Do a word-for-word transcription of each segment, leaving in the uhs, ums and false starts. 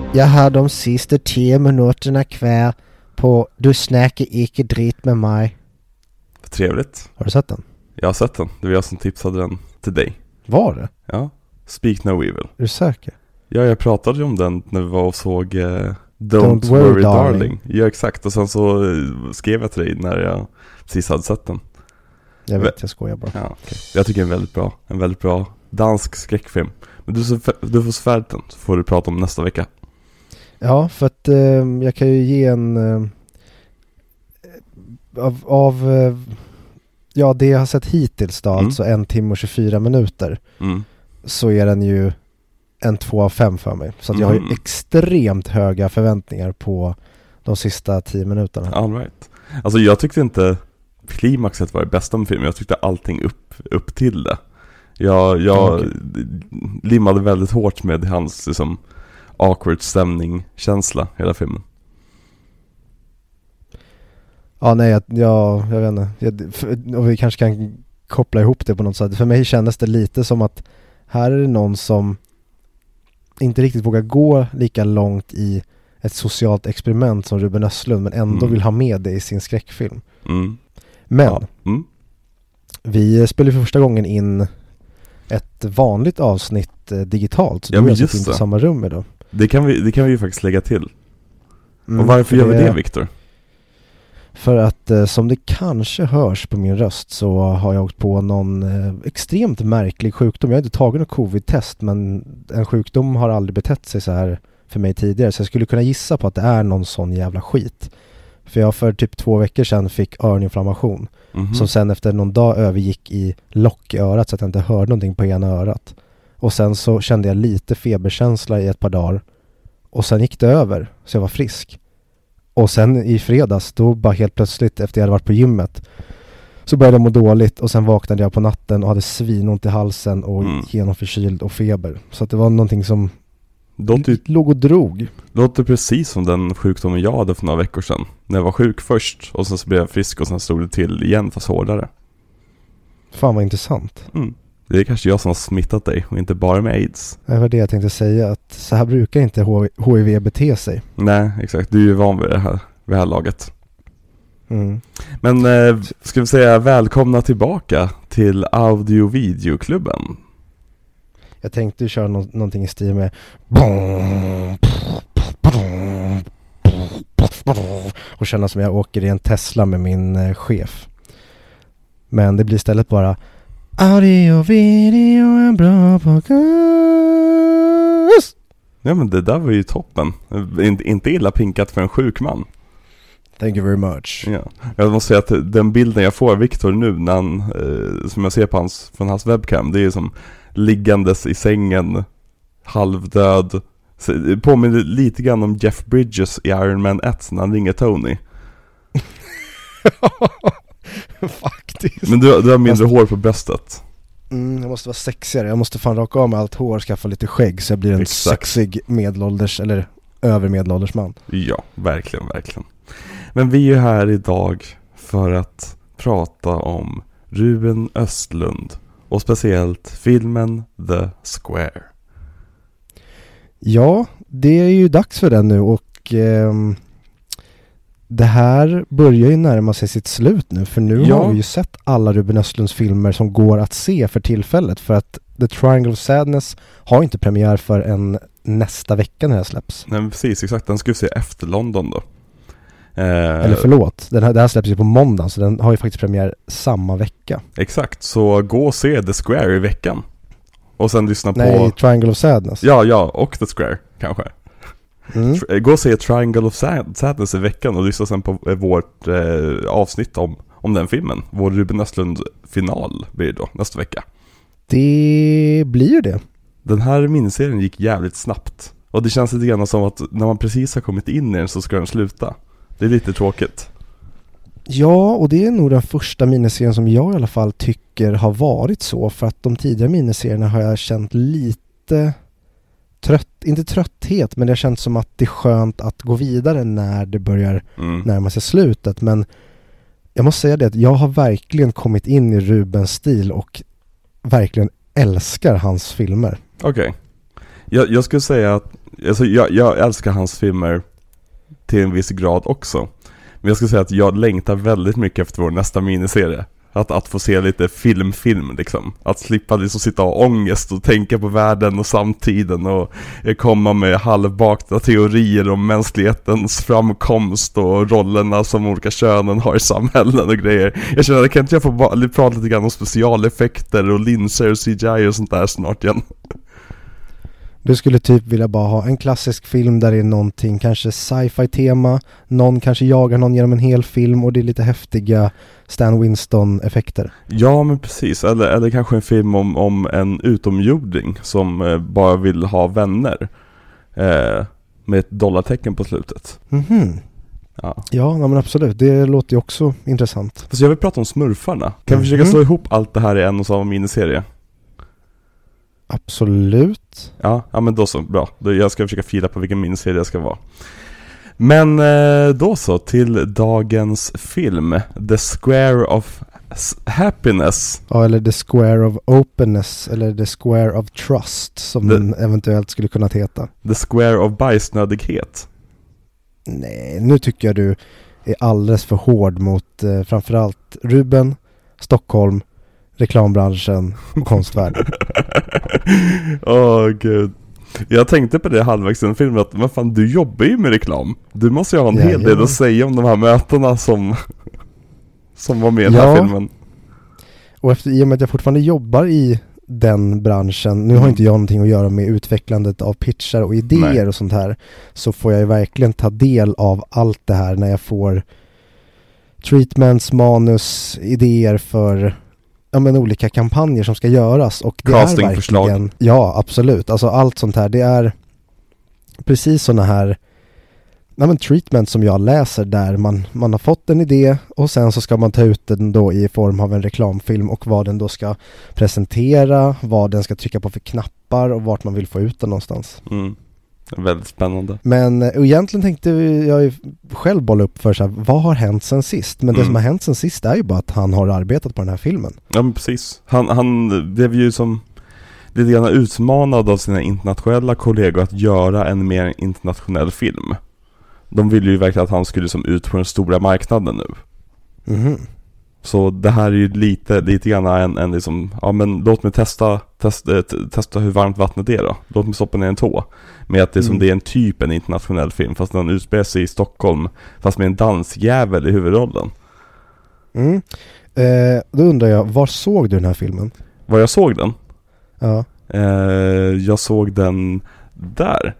Jag har de sista tio minuterna kvar på Du snackar icke dritt med mig. Trevligt. Har du sett den? Jag har sett den. Det var jag som tipsade den till dig. Var det? Ja. Speak No Evil. Är du säker? Ja, jag pratade ju om den när vi var och såg uh, Don't, Don't Worry, Worry Darling. Darling. Ja, exakt. Och sen så uh, skrev jag till dig när jag precis hade sett den. Jag vet, jag skojar bara. Ja, okay. Jag tycker det är en väldigt bra, en väldigt bra dansk skräckfilm. Men du, du får svärd den, så får du prata om nästa vecka. Ja, för att eh, jag kan ju ge en eh, av, av eh, ja, det jag har sett hittills då, mm. alltså en timme och tjugofyra minuter, mm. så är den ju en två av fem för mig. Så att jag mm. har ju extremt höga förväntningar på de sista tio minuterna. All right. Alltså jag tyckte inte klimaxet var det bästa med filmen. Jag tyckte allting upp, upp till det. Jag, jag okay. limmade väldigt hårt med hans liksom, awkward stämning-känsla hela filmen. Ja, nej, jag, jag, jag vet inte. Jag, för, och vi kanske kan koppla ihop det på något sätt. För mig kändes det lite som att här är det någon som inte riktigt vågar gå lika långt i ett socialt experiment som Ruben Östlund, men ändå mm. vill ha med det i sin skräckfilm. Mm. Men ja. mm. vi spelade för första gången in ett vanligt avsnitt eh, digitalt, så ja, du har suttit inte i samma rum idag. Det kan vi, det kan vi ju faktiskt lägga till. Mm, och varför gör vi det, Victor? För att eh, som det kanske hörs på min röst så har jag åkt på någon eh, extremt märklig sjukdom. Jag har inte tagit något covid-test, men en sjukdom har aldrig betett sig så här för mig tidigare. Så jag skulle kunna gissa på att det är någon sån jävla skit. För jag för typ två veckor sedan fick öroninflammation. Mm-hmm. Som sen efter någon dag övergick i lock i örat så att jag inte hörde någonting på ena örat. Och sen så kände jag lite feberkänsla i ett par dagar. Och sen gick det över så jag var frisk. Och sen i fredags då bara helt plötsligt efter jag hade varit på gymmet så började jag må dåligt. Och sen vaknade jag på natten och hade svinont i halsen och mm. genomförkyld och feber. Så att det var någonting som låter, låg och drog. Låter precis som den sjukdomen jag hade för några veckor sedan. När jag var sjuk först och sen så blev jag frisk och sen stod det till igen fast hårdare. Fan vad intressant. Mm. Det är kanske jag som har smittat dig och inte bara med AIDS. Det var det jag tänkte säga, att så här brukar inte H I V bete sig. Nej, exakt. Du är ju van vid det här, vid det här laget. Mm. Men eh, ska vi säga välkomna tillbaka till Audio-videoklubben. Jag tänkte köra no- någonting i stil med och känna som jag åker i en Tesla med min eh, chef. Men det blir istället bara audio, video, en bra podcast. Ja, men det där var ju toppen. Inte, inte illa pinkat för en sjuk man. Thank you very much. Ja. Jag måste säga att den bilden jag får av Victor nu när han, eh, som jag ser på hans, från hans webcam, det är som liggandes i sängen, halvdöd. Så, det påminner lite grann om Jeff Bridges i Iron Man ett när han ringer Tony. Faktiskt. Men du, du har mindre måste... hår på bröstet. Mm, jag måste vara sexigare. Jag måste fan raka av med allt hår, skaffa lite skägg så jag blir en Exakt. sexig medelålders eller övermedelålders man. Ja, verkligen, verkligen. Men vi är här idag för att prata om Ruben Östlund och speciellt filmen The Square. Ja, det är ju dags för den nu och ehm, det här börjar ju närma sig sitt slut nu, för nu ja. har vi ju sett alla Ruben Östlunds filmer som går att se för tillfället, för att The Triangle of Sadness har inte premiär för en nästa vecka när det släpps. Nej, men precis, exakt. Den ska vi se efter London då. Eh, Eller förlåt, den här, det här släpps ju på måndag, så den har ju faktiskt premiär samma vecka. Exakt, så gå och se The Square i veckan. Och sen lyssna Nej, på... Nej, Triangle of Sadness. Ja, ja, och The Square, kanske. Mm. Gå och se Triangle of Sadness i veckan och lyssna sen på vårt eh, avsnitt om, om den filmen. Vår Ruben Östlund-final blir det då nästa vecka. Det blir ju det. Den här miniserien gick jävligt snabbt. Och det känns lite grann som att när man precis har kommit in i den så ska den sluta. Det är lite tråkigt. Ja, och det är nog den första miniserien som jag i alla fall tycker har varit så. För att de tidigare miniserierna har jag känt lite trött, inte trötthet, men det har känts som att det är skönt att gå vidare när det börjar mm. närma sig slutet. Men jag måste säga det att jag har verkligen kommit in i Rubens stil och verkligen älskar hans filmer. Okej. Okay. Jag, jag skulle säga att alltså jag, jag älskar hans filmer till en viss grad också. Men jag skulle säga att jag längtar väldigt mycket efter vår nästa miniserie. Att, att få se lite film-film liksom. Att slippa liksom sitta och ångest och tänka på världen och samtiden och komma med halvbakta teorier om mänsklighetens framkomst och rollerna som olika könen har i samhällen och grejer. Jag känner att kan inte jag få bara prata lite grann om specialeffekter och linser och C G I och sånt där snart igen. Du skulle typ vilja bara ha en klassisk film där det är någonting, kanske sci-fi tema, någon kanske jagar någon genom en hel film och det är lite häftiga Stan Winston-effekter. Ja, men precis. Eller, eller kanske en film om, om en utomjording som eh, bara vill ha vänner eh, med ett dollartecken på slutet. Mhm. Ja, ja men absolut. Det låter ju också intressant. Så jag vill prata om smurfarna. Kan vi försöka slå ihop allt det här i en och samma miniserie? Absolut. Ja, ja men då så, bra. Jag ska försöka fila på vilken miniserie det ska vara. Men eh, då så, till dagens film. The Square of Happiness. Ja, eller The Square of Openness. Eller The Square of Trust, som The, den eventuellt skulle kunna heta. The Square of Bajsnödighet. Nej, nu tycker jag du är alldeles för hård mot eh, framförallt Ruben, Stockholm, reklambranschen och konstvärlden. Åh oh, gud. Jag tänkte på det halvvägs i den filmen att vad fan, du jobbar ju med reklam. Du måste ju ha en ja, hel del ja. att säga om de här mötena som som var med i den ja. här filmen. Och efter, i och med att jag fortfarande jobbar i den branschen, nu mm. har inte jag någonting att göra med utvecklandet av pitchar och idéer Nej. och sånt här, så får jag ju verkligen ta del av allt det här när jag får treatments, manus, idéer för ja, men olika kampanjer som ska göras. Och det castingförslag. Är verkligen, ja, absolut. Alltså allt sånt här, det är precis såna här ja, men treatment som jag läser där man, man har fått en idé och sen så ska man ta ut den då i form av en reklamfilm och vad den då ska presentera, vad den ska trycka på för knappar och vart man vill få ut den någonstans. Mm. Väldigt spännande. Men och egentligen tänkte jag ju själv bolla upp för så här, vad har hänt sen sist? Men mm. det som har hänt sen sist är ju bara att han har arbetat på den här filmen. Ja, men precis. Han, han blev ju som lite grann utmanad av sina internationella kollegor att göra en mer internationell film. De ville ju verkligen att han skulle som ut på den stora marknaden nu. Mhm. Så det här är ju lite, lite grann en, en liksom, ja men låt mig testa, testa, testa hur varmt vattnet är då. Låt mig stoppa ner en tå. Med att det, mm. som det är en typ en internationell film, fast den utspelar sig i Stockholm, fast med en dansjävel i huvudrollen. Mm. Eh, då undrar jag, var såg du den här filmen? Var jag såg den? Ja. Eh, jag såg den där.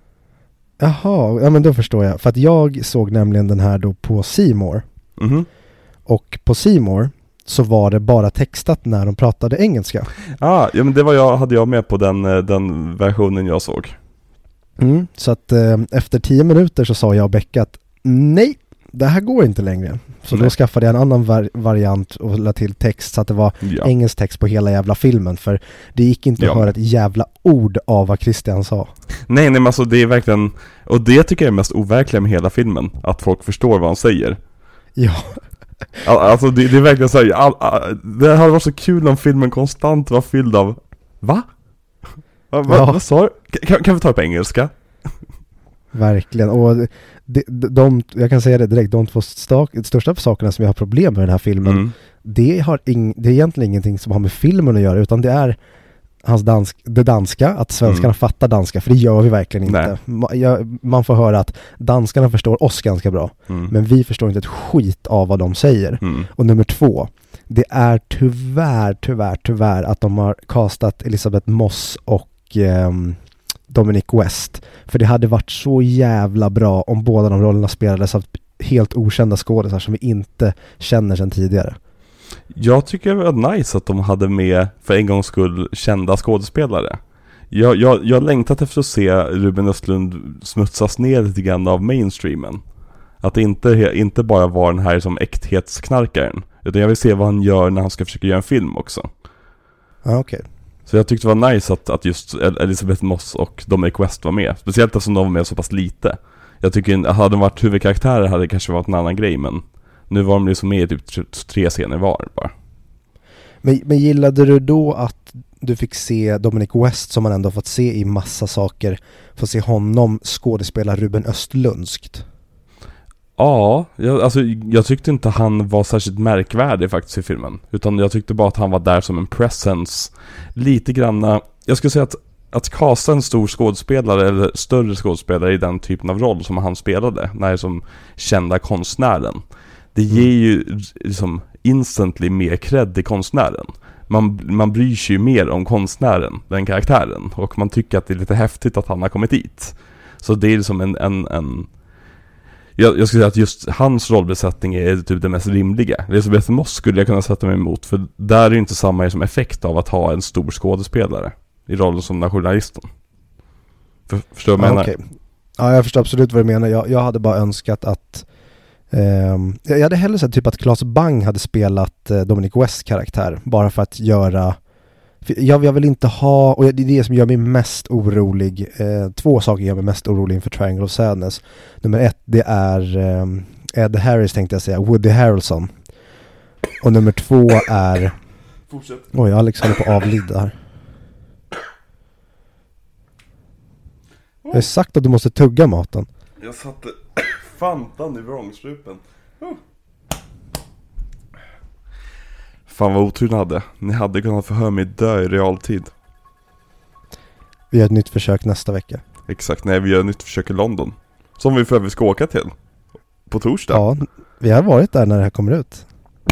Jaha, ja men då förstår jag. För att jag såg nämligen den här då på C More. Mhm. Och på C More så var det bara textat när de pratade engelska. Ah, ja men det var jag, hade jag med på den, den versionen jag såg. Mm, så att eh, efter tio minuter så sa jag och Becka att nej, det här går inte längre. Så nej. Då skaffade jag en annan var- variant och la till text så att det var ja. engelsk text på hela jävla filmen. För det gick inte ja. att höra ett jävla ord av vad Christian sa. Nej, nej men alltså det är verkligen, och det tycker jag är mest overkliga med hela filmen. Att folk förstår vad han säger. Ja. Alltså det, det är verkligen så här, all, all, det hade varit så kul om filmen konstant var fylld av va? Va, va ja. Vad sa du? Kan, kan vi ta det på engelska? Verkligen, och de, de, de, jag kan säga det direkt, de två sta, största sakerna som jag har problem med den här filmen, mm. det, har ing, det är egentligen ingenting som har med filmen att göra, utan det är hans dansk, det danska, att svenskarna mm. fattar danska, för det gör vi verkligen inte. Man, jag, man får höra att danskarna förstår oss ganska bra, mm. men vi förstår inte ett skit av vad de säger. Mm. Och nummer två, det är tyvärr, tyvärr, tyvärr att de har castat Elisabeth Moss och eh, Dominic West. För det hade varit så jävla bra om båda de rollerna spelades av helt okända skådespelare som vi inte känner sedan tidigare. Jag tycker det var nice att de hade med för en gångs skull kända skådespelare. Jag, jag, jag har längtat efter att se Ruben Östlund smutsas ner lite grann av mainstreamen. Att det inte, inte bara var den här som äkthetsknarkaren, utan jag vill se vad han gör när han ska försöka göra en film också. Ja, okej. Okay. Så jag tyckte det var nice att, att just Elisabeth Moss och Dominic West var med. Speciellt eftersom de var med så pass lite. Jag tycker att hade de varit huvudkaraktärer hade det kanske varit en annan grej, men nu var de liksom med i typ tre scener var bara. Men, men gillade du då att du fick se Dominic West, som man ändå fått se i massa saker, få se honom skådespela Ruben Östlundskt? Ja, jag, alltså, jag tyckte inte han var särskilt märkvärdig faktiskt i filmen. Utan jag tyckte bara att han var där som en presence. Lite granna, jag skulle säga att Att casta en stor skådespelare eller större skådespelare i den typen av roll som han spelade, när som kända konstnären, det ger ju liksom instantly mer cred till konstnären. Man, man bryr sig ju mer om konstnären, den karaktären, och man tycker att det är lite häftigt att han har kommit dit. Så det är liksom en, en, en jag, jag skulle säga att just hans rollbesättning är typ det mest rimliga. Elisabeth Moss skulle jag kunna sätta mig emot, för där är det inte samma som effekt av att ha en stor skådespelare i rollen som den journalisten. För, förstår du vad jag ja, menar? okay. Ja, jag förstår absolut vad du menar. Jag, jag hade bara önskat att ehm, jag hade hellre sett typ att Claes Bang hade spelat eh, Dominic Wests karaktär, bara för att göra för jag, jag vill inte ha, och det är det som gör mig mest orolig. Eh, två saker gör mig mest orolig inför Triangle of Sadness. Nummer ett, det är eh, Ed Harris, tänkte jag säga, Woody Harrelson. Och nummer två är Fortsätt. Oj, Alex håller på att avlida här. Jag har sagt att du måste tugga maten. Jag satte fantan i vrångstrupen. Oh. Fan vad otur ni hade. Ni hade kunnat få höra mig dö i realtid. Vi gör ett nytt försök nästa vecka. Exakt, nej vi gör ett nytt försök i London. Som vi för övrigt ska åka till. På torsdag. Ja, vi har varit där när det här kommer ut.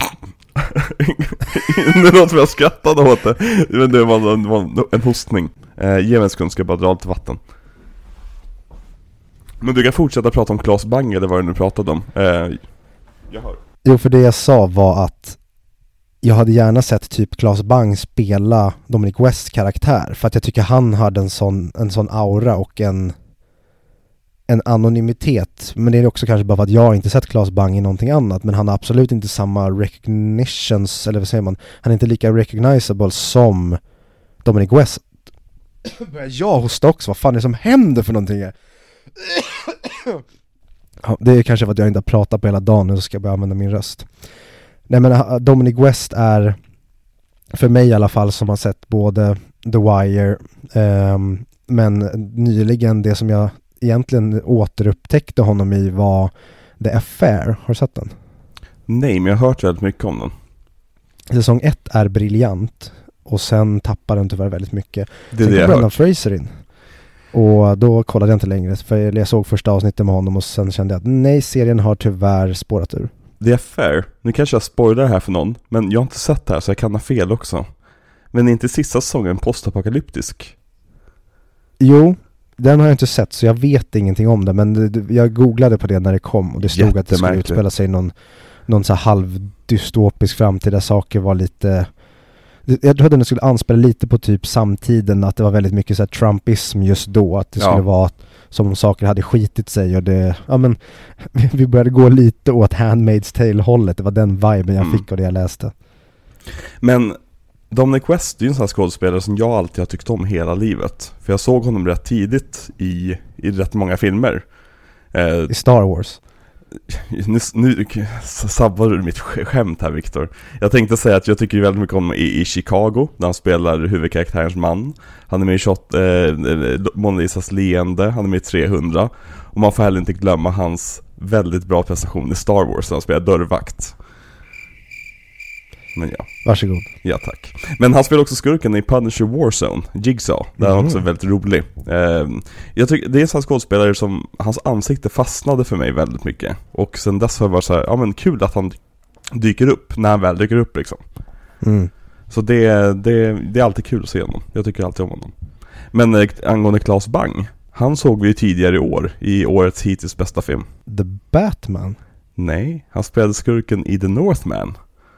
Det låter jag skrattade åt det. Men det var en, var en hostning. eh, Ge mig en sekund, ska jag bara dra lite vatten. Men du kan fortsätta prata om Claes Bang eller vad du nu pratade om. eh, Jag hör. Jo, för det jag sa var att jag hade gärna sett typ Claes Bang spela Dominic Wests karaktär, för att jag tycker han hade en sån, en sån aura och en en anonymitet. Men det är också kanske bara för att jag inte sett Claes Bang i någonting annat, men han har absolut inte samma recognitions, eller vad säger man, han är inte lika recognizable som Dominic West. Börjar jag hosta också? Vad fan är det som händer för någonting här? Ja, det är kanske för att jag inte har pratat på hela dagen, nu så ska jag börja använda min röst. Nej, men Dominic West är, för mig i alla fall, som har sett både The Wire eh, men nyligen det som jag egentligen återupptäckte honom i var The Affair. Har du sett den? Nej, men jag har hört väldigt mycket om den. Säsong ett är briljant, och sen tappar den tyvärr väldigt mycket. Det är sen det kom jag Brendan hört. Fraser in. Och då kollade jag inte längre, för jag såg första avsnittet med honom och sen kände jag att nej, serien har tyvärr spårat ur. The Affair, nu kanske jag spoilar här för någon, men jag har inte sett det här så jag kan ha fel också. Men är inte sista säsongen postapokalyptisk? Jo, den har jag inte sett så jag vet ingenting om det, men det, jag googlade på det när det kom och det stod att det skulle utspela sig någon, någon så här halvdystopisk framtid där saker var lite... Jag trodde den skulle anspela lite på typ samtiden, att det var väldigt mycket så här trumpism just då, att det Ja. skulle vara som om saker hade skitit sig och det, ja men vi började gå lite åt Handmaid's Tale-hållet, det var den viben jag Mm. fick av det jag läste. Men Dominic West är ju en sån här skådespelare som jag alltid har tyckt om hela livet. För jag såg honom rätt tidigt i, i rätt många filmer. Eh, I Star Wars. Nu, nu sabbar du mitt skämt här, Victor. Jag tänkte säga att jag tycker väldigt mycket om i, i Chicago, där han spelar huvudkaraktärens man. Han är med i shot, eh, Mona Lisas leende, han är med i trehundra. Och man får heller inte glömma hans väldigt bra prestation i Star Wars, där han spelar dörrvakt. Men ja. Varsågod. Ja, tack. Men han spelar också skurken i Punisher Warzone, Jigsaw. Där Mm. han också är väldigt rolig. Eh, jag tycker det är en sån skådespelare som, hans ansikte fastnade för mig väldigt mycket. Och sen dess har det varit så här, ja men kul att han dyker upp när han väl dyker upp liksom. Mm. Så det, det, det är alltid kul att se honom. Jag tycker alltid om honom. Men eh, angående Claes Bang, han såg vi ju tidigare i år i årets hittills bästa film. The Batman? Nej, han spelade skurken i The Northman.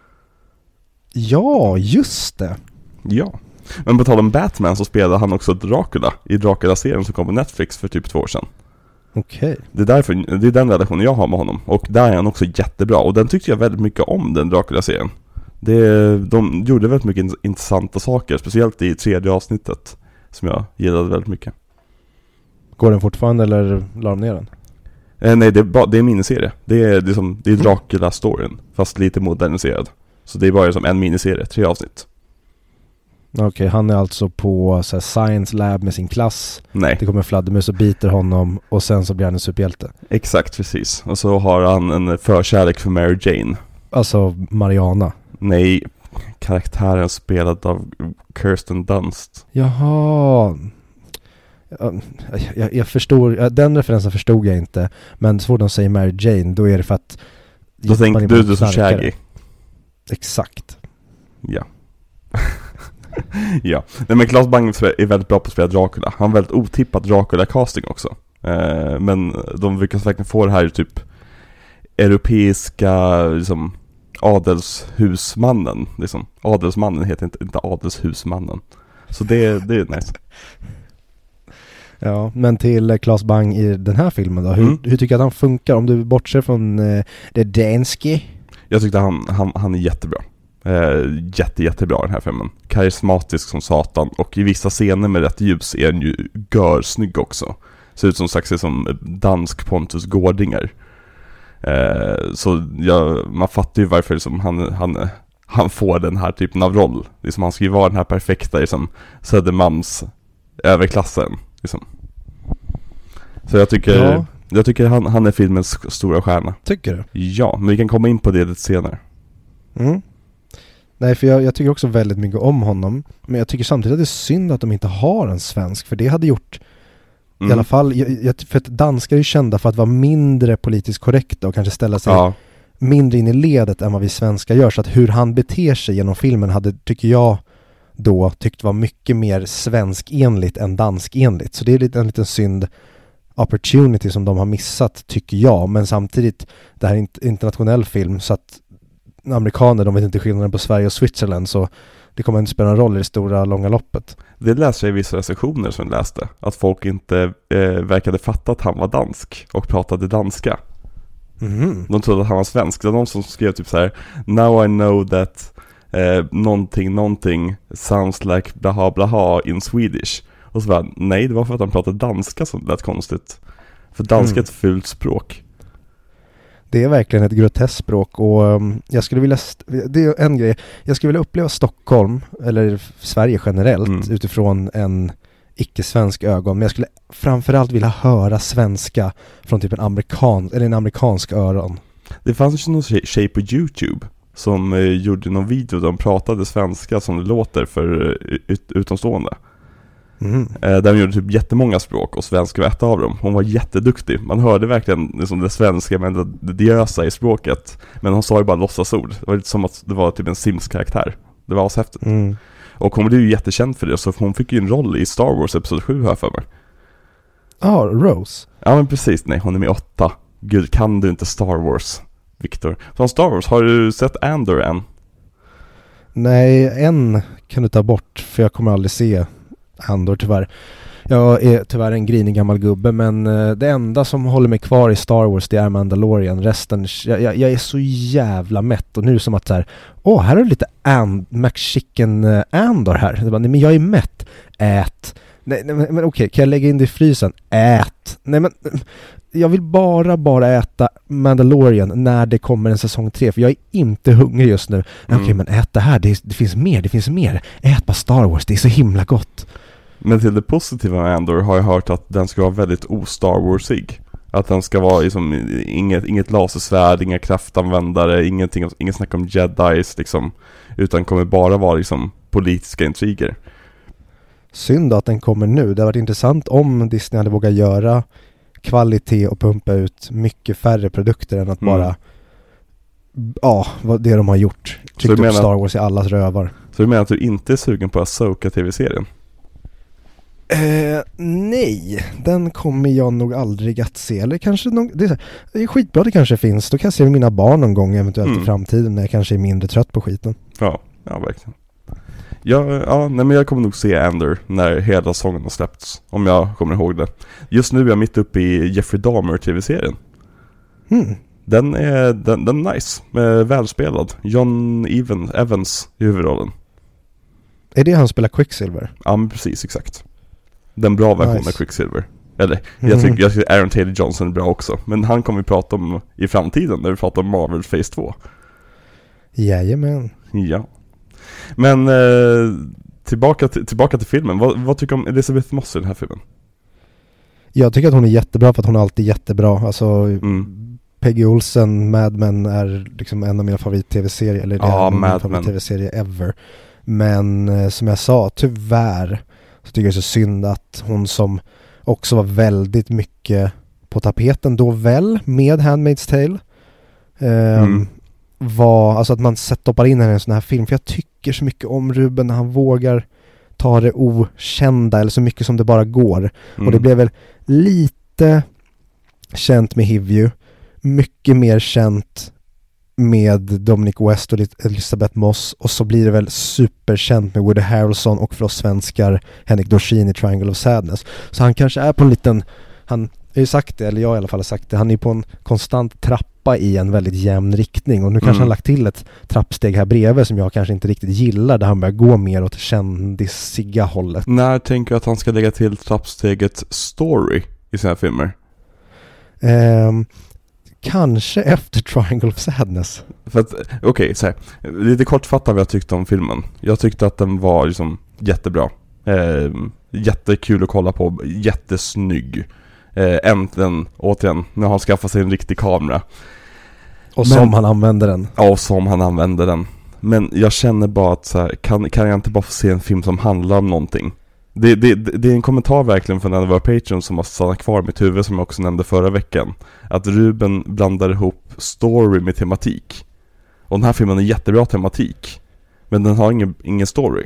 Ja, just det. Ja. Men på tal om Batman så spelade han också Dracula i Dracula-serien som kom på Netflix för typ två år sedan. Okej. Okay. Det är därför, det är den relationen jag har med honom. Och där är han också jättebra. Och den tyckte jag väldigt mycket om, den Dracula-serien. Det, de gjorde väldigt mycket intressanta saker, speciellt i tredje avsnittet, som jag gillade väldigt mycket. Går den fortfarande eller la de ner den? Eh, nej, det är, ba, det är en miniserie. Det är, det är, som, det är Dracula-storyn, fast lite moderniserad. Så det är bara som en miniserie, tre avsnitt. Okej, okay, han är alltså på så här, science lab med sin klass. Nej. Det kommer fladdermus och biter honom och sen så blir han en superhjälte. Exakt, precis. Och så har han en förkärlek för Mary Jane. Alltså Mariana. Nej, karaktären spelad av Kirsten Dunst. Jaha. Jag, jag, jag förstår, den referensen förstod jag inte. Men så fort de säger Mary Jane, då är det för att... Då tänker du du som Shaggy. Exakt. Ja. Ja. Nej, men Claes Bang är väldigt bra på att spela Dracula. Han har väldigt otippad Dracula-casting också. Eh, men de lyckas verkligen få det här typ europeiska liksom, adelshusmannen. Liksom. Adelsmannen heter inte, inte adelshusmannen. Så det, det är nice. Ja, men till Claes Bang i den här filmen då, hur, mm. hur tycker du att han funkar? Om du bortser från eh, det danske? Jag tyckte han, han, han är jättebra. Eh, jätte, jättebra den här filmen. Karismatisk som satan. Och i vissa scener med rätt ljus är han ju görsnygg också. Ser ut som sagt som dansk Pontus Gårdinger. Eh, så jag, man fattar ju varför liksom, han, han, han får den här typen av roll. Liksom, han ska ju vara den här perfekta liksom, Södermalms överklassen. Liksom. Så jag tycker, ja. jag tycker han, han är filmens stora stjärna. Tycker du? Ja, men vi kan komma in på det lite senare. Mm. Nej, för jag, jag tycker också väldigt mycket om honom. Men jag tycker samtidigt att det är synd att de inte har en svensk. För det hade gjort, mm. i alla fall, jag, jag, för att danskar är kända för att vara mindre politiskt korrekta och kanske ställa sig ja. mindre in i ledet än vad vi svenskar gör. Så att hur han beter sig genom filmen hade, tycker jag, då tyckt var mycket mer svenskenligt än danskenligt. Så det är lite, en liten synd opportunity som de har missat, tycker jag. Men samtidigt, det här är en internationell film, så att amerikaner, de vet inte skillnaden på Sverige och Switzerland, så det kommer inte spela en roll i det stora, långa loppet. Det läste jag i vissa recensioner som jag läste, att folk inte eh, verkade fatta att han var dansk och pratade danska. Mm. De trodde att han var svensk. Det var någon som skrev typ så här: now I know that eh, någonting, någonting sounds like blaha blaha in Swedish. Och så bara, nej, det var för att han pratade danska som lät konstigt. För danska mm. är ett fult språk. Det är verkligen ett groteskt språk och um, jag skulle vilja, det är en grej, jag skulle vilja uppleva Stockholm eller Sverige generellt mm. utifrån en icke-svensk ögon, men jag skulle framförallt vilja höra svenska från typ en amerikan eller en amerikansk öron. Det fanns ju någon tjej på YouTube som eh, gjorde någon video där de pratade svenska som det låter för ut- utomstående. Mm. Där de gjorde typ jättemånga språk och svenska var ett av dem. Hon var jätteduktig. Man hörde verkligen liksom det svenska men det, det diösa i språket. Men hon sa ju bara låtsasord. Det var lite som att det var typ en Sims-karaktär. Det var ashäftigt. Mm. Och hon blev ju jättekänd för det, så hon fick ju en roll i Star Wars episod sju här för mig. Ja, ah, Rose. Ja men precis, nej hon är med åtta. Gud, kan du inte Star Wars, Victor? Från Star Wars, har du sett Andor än? Nej, en kan du ta bort för jag kommer aldrig se Andor tyvärr. Jag är tyvärr en grinig gammal gubbe, men det enda som håller mig kvar i Star Wars, det är Mandalorian. Resten, jag, jag, jag är så jävla mätt och nu som att så här, åh, här är lite and, McChicken Andor här. Det bara, nej, men jag är mätt. Ät. Nej, nej men, men okej, kan jag lägga in det i frysen? Ät. Nej men jag vill bara bara äta Mandalorian när det kommer en säsong tre, för jag är inte hungrig just nu. Mm. Okej, men ät det här, det, det finns mer, det finns mer. Ät bara Star Wars, det är så himla gott. Men till det positiva med Andor har jag hört att den ska vara väldigt o-Star Warsig. Att den ska vara liksom inget, inget lasersvärd, inga kraftanvändare, ingenting, inget snack om jedis liksom, utan kommer bara vara liksom politiska intriger. Synd att den kommer nu. Det har varit intressant om Disney hade vågat göra kvalitet och pumpa ut mycket färre produkter än att mm. bara ja, vad det de har gjort. Tryckt upp Star Wars i allas rövar. Så du menar att du inte är sugen på Ahsoka-tv-serien? Eh, nej, den kommer jag nog aldrig att se. Eller kanske någon, det, är så, det är skitbra det kanske finns. Då kan jag se med mina barn någon gång eventuellt mm. i framtiden när jag kanske är mindre trött på skiten. Ja, ja verkligen. Ja, ja nej, men jag kommer nog se Andor när hela sången har släppts, om jag kommer ihåg det. Just nu är jag mitt uppe i Jeffrey Dahmer-tv-serien. Mm. Den är den, den är nice, med välspelad. John Even, Evans i huvudrollen. Är det han spelar Quicksilver? Ja, men precis, exakt. Den bra versionen nice. Av Quicksilver. Eller, mm. jag tycker, jag tycker Aaron Taylor Johnson är bra också. Men han kommer vi prata om i framtiden när vi pratar om Marvel Phase två. Jajamän. Ja. Men eh, tillbaka, till, tillbaka till filmen. Vad, vad tycker du om Elisabeth Moss i den här filmen? Jag tycker att hon är jättebra för att hon är alltid jättebra. Alltså mm. Peggy Olsen, Mad Men är liksom en av mina favorit-tv-serier. Eller det ja, är en av mina favorit favorit-tv-serier ever. Men eh, som jag sa, tyvärr så tycker jag det är så synd att hon som också var väldigt mycket på tapeten då väl med Handmaid's Tale. Eh, mm. var, alltså att man stoppar in henne i en sån här film. För jag tycker så mycket om Ruben när han vågar ta det okända eller så mycket som det bara går. Mm. Och det blev väl lite känt med Hivju. Mycket mer känt med Dominic West och Elisabeth Moss. Och så blir det väl superkänt med Woody Harrelson och för oss svenskar Henrik Dorsin i Triangle of Sadness. Så han kanske är på en liten... Han har ju sagt det, eller jag i alla fall har sagt det. Han är på en konstant trappa i en väldigt jämn riktning. Och nu kanske mm. han lagt till ett trappsteg här bredvid som jag kanske inte riktigt gillar. Där han börjar gå mer åt kändisiga hållet. När tänker du att han ska lägga till trappsteget story i sina filmer? Um, kanske efter Triangle of Sadness. För att, okej, okay, så här. Lite kortfattat vad jag tyckte om filmen. Jag tyckte att den var liksom jättebra. Eh, jättekul att kolla på. Jättesnygg. Eh, äntligen, återigen, när han skaffar sig en riktig kamera. Och Men, som han använder den. Ja, och som han använder den. Men jag känner bara att så här, kan, kan jag inte bara få se en film som handlar om någonting? Det, det, det är en kommentar verkligen från en av våra patrons som har stannat kvar i mitt huvud, som jag också nämnde förra veckan. Att Ruben blandar ihop story med tematik. Och den här filmen har jättebra tematik, men den har ingen, ingen story.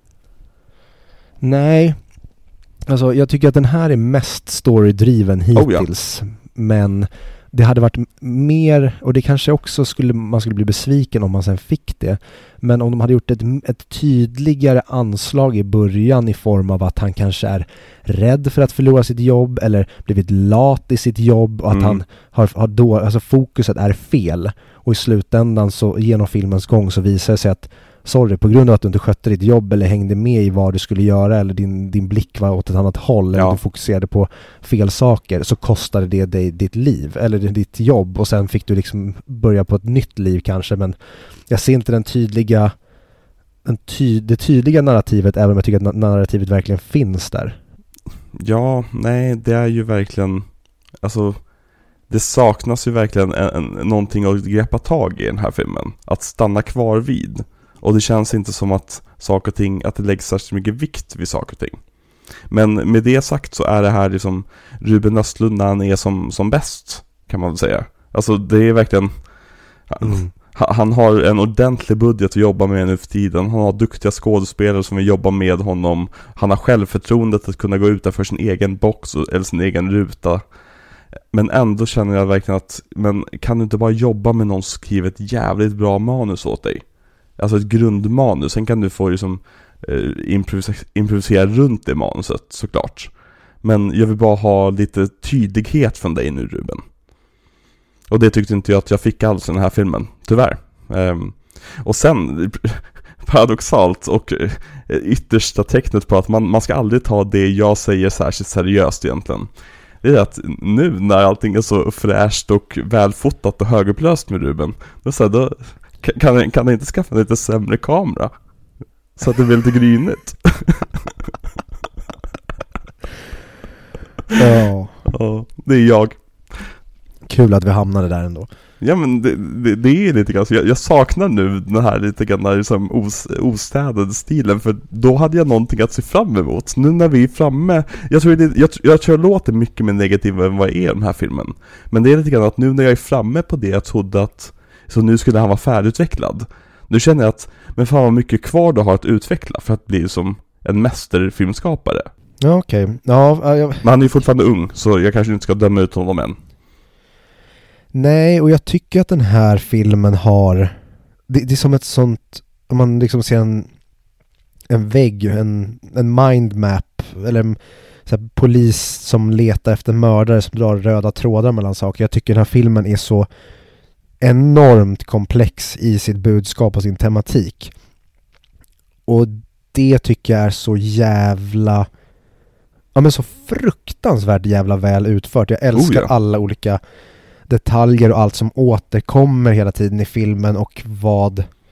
Nej. Alltså jag tycker att den här är mest storydriven hittills. Oh, ja. Men det hade varit mer, och det kanske också skulle man skulle bli besviken om man sen fick det. Men om de hade gjort ett, ett tydligare anslag i början i form av att han kanske är rädd för att förlora sitt jobb eller blivit lat i sitt jobb och att mm. han har, har då, alltså fokuset är fel. Och i slutändan så genom filmens gång så visar det sig att sorry, på grund av att du inte skötte ditt jobb eller hängde med i vad du skulle göra eller din, din blick var åt ett annat håll eller ja. du fokuserade på fel saker, så kostade det dig ditt liv eller ditt jobb och sen fick du liksom börja på ett nytt liv kanske. Men jag ser inte den tydliga den ty, det tydliga narrativet, även om jag tycker att narrativet verkligen finns där. Ja, nej, det är ju verkligen, alltså det saknas ju verkligen en, en, någonting att greppa tag i den här filmen, att stanna kvar vid. Och det känns inte som att saker och ting, att det läggs särskilt mycket vikt vid saker och ting. Men med det sagt så är det här liksom Ruben Östlund när han är som, som bäst, kan man väl säga. Alltså det är verkligen mm. han, han har en ordentlig budget att jobba med nu för tiden. Han har duktiga skådespelare som vill jobba med honom. Han har självförtroendet att kunna gå utanför sin egen box eller sin egen ruta. Men ändå känner jag verkligen att, men kan du inte bara jobba med någon som skriver ett jävligt bra manus åt dig? Alltså ett grundmanus. Sen kan du få liksom, eh, improvisera, improvisera runt det manuset, såklart. Men jag vill bara ha lite tydlighet från dig nu, Ruben. Och det tyckte inte jag att jag fick alls i den här filmen, tyvärr. Um, och sen, paradoxalt och eh, yttersta tecknet på att man, man ska aldrig ta det jag säger särskilt seriöst egentligen. Det är att nu när allting är så fräscht och välfotat och högupplöst med Ruben, då så här, då Kan, kan jag inte skaffa en lite sämre kamera? Så att det blir lite grynigt. Ja. Ja, det är jag. Kul att vi hamnade där ändå. Ja, men det, det, det är lite grann så jag, jag saknar nu den här lite grann liksom os, ostädade stilen. För då hade jag någonting att se fram emot. Nu när vi är framme, jag tror, det, jag, jag tror jag låter mycket mer negativ än vad jag är i den här filmen. Men det är lite grann att nu när jag är framme på det, jag trodde att så nu skulle han vara färdigutvecklad. Nu känner jag att, men fan vad mycket kvar du har att utveckla för att bli som en mästerfilmskapare. Ja, okej. Okay. Ja, jag... Men han är ju fortfarande ung, så jag kanske inte ska döma ut honom än. Nej, och jag tycker att den här filmen har... Det, det är som ett sånt... Om man liksom ser en, en vägg, en, en mindmap, eller en så här, polis som letar efter mördare som drar röda trådar mellan saker. Jag tycker den här filmen är så enormt komplex i sitt budskap och sin tematik. Och det tycker jag är så jävla... Ja, men så fruktansvärt jävla väl utfört. Jag älskar oh, ja. alla olika detaljer och allt som återkommer hela tiden i filmen och vad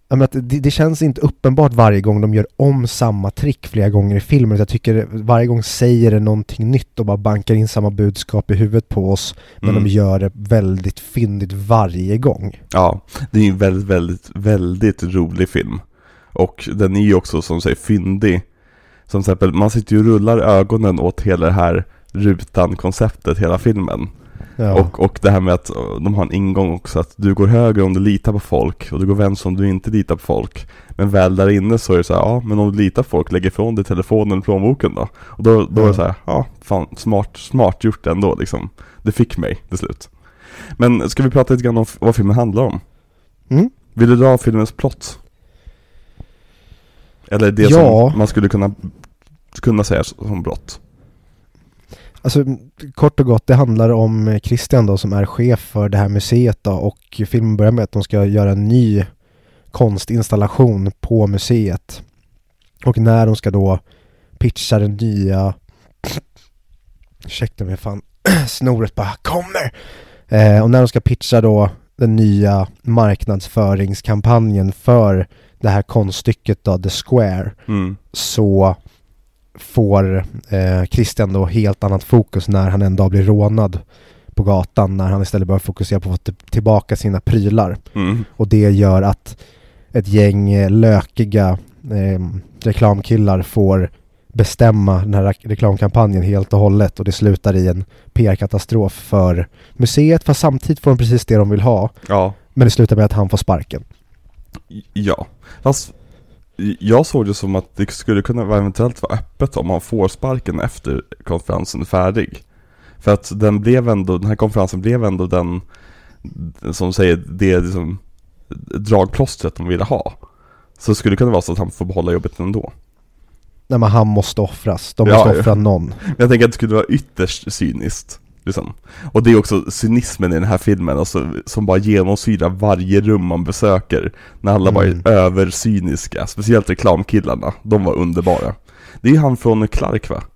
Jag menar att det, det känns inte uppenbart varje gång de gör om samma trick flera gånger i filmen. Jag tycker varje gång säger det någonting nytt och bara bankar in samma budskap i huvudet på oss. Men mm. de gör det väldigt fyndigt varje gång. Ja, det är ju en väldigt, väldigt, väldigt rolig film. Och den är ju också, som säger, fyndig. Som till exempel, man sitter ju och rullar ögonen åt hela det här rutan-konceptet, hela filmen. Ja. Och, och det här med att de har en ingång också, att du går höger om du litar på folk och du går vänster om du inte litar på folk. Men väl där inne så är det så här, ja, men om du litar på folk, lägg ifrån dig telefonen och plånboken då. Och då, då ja. är det så här, ja, fan, smart, smart gjort ändå liksom. Det fick mig till slut. Men ska vi prata lite grann om vad filmen handlar om? Mm. Vill du dra filmens plott? Eller det ja. som man skulle kunna, kunna säga som brott? Alltså kort och gott, det handlar om Christian då som är chef för det här museet då, och filmen börjar med att de ska göra en ny konstinstallation på museet. Och när de ska då pitcha den nya ursäkta mig fan snoret bara kommer eh, och när de ska pitcha då den nya marknadsföringskampanjen för det här konststycket då, The Square, mm. så får eh, Christian då helt annat fokus när han en dag blir rånad på gatan, när han istället börjar fokusera på att få tillbaka sina prylar. Mm. Och det gör att ett gäng eh, lökiga eh, reklamkillar får bestämma den här re- reklamkampanjen helt och hållet, och det slutar i en P R-katastrof för museet, fast samtidigt får de precis det de vill ha. Ja. Men det slutar med att han får sparken. Ja, fast jag såg det som att det skulle kunna vara eventuellt vara öppet om man får sparken efter konferensen är färdig. För att den blev ändå, den här konferensen blev ändå den, som säger, det liksom dragplåstret de ville ha. Så skulle det kunna vara så att han får behålla jobbet ändå. Nej, men han måste offras. De måste ja, offra någon. Jag tänker att det skulle vara ytterst cyniskt. Liksom. Och det är också cynismen i den här filmen, alltså, som bara genomsyrar varje rum man besöker. När alla mm. bara är övercyniska. Speciellt reklamkillarna. De var underbara. Det är han från Clark, va?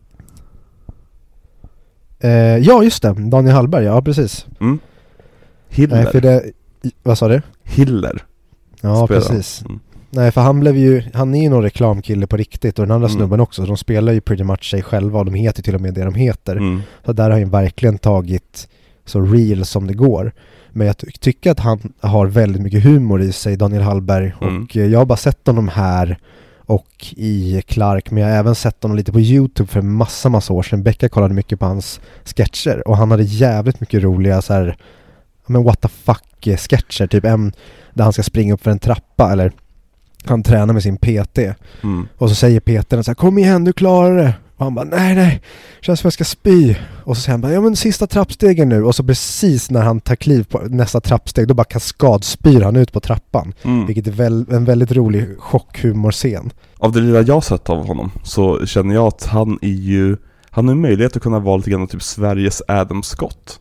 Eh, ja, just det. Daniel Hallberg, ja precis. Mm. Hiller. Eh, för det, vad sa du? Hiller. Ja, spelar. Precis. Mm. Nej, för han blev ju, han är ju någon reklamkille på riktigt, och den andra mm. snubben också. De spelar ju pretty much sig själva, och de heter till och med det de heter. Mm. Så där har han verkligen tagit så real som det går. Men jag ty- tycker att han har väldigt mycket humor i sig, Daniel Hallberg. Mm. Och jag har bara sett honom här och i Clark, men jag har även sett honom lite på YouTube för massa, massa år sedan. Becka kollade mycket på hans sketcher, och han hade jävligt mycket roliga så här, men what the fuck sketcher. Typ en där han ska springa upp för en trappa, eller han tränar med sin P T. Mm. Och så säger P T så här, kom igen, du klarar det. Och han bara, nej, nej, känns som jag ska spy. Och så säger han bara, ja men sista trappstegen nu. Och så precis när han tar kliv på nästa trappsteg, då bara kaskadspyr han ut på trappan. Mm. Vilket är väl, en väldigt rolig chockhumorscen. Av det lilla jag sett av honom så känner jag att han är ju, han har möjlighet att kunna vara lite grann typ Sveriges Adam Scott.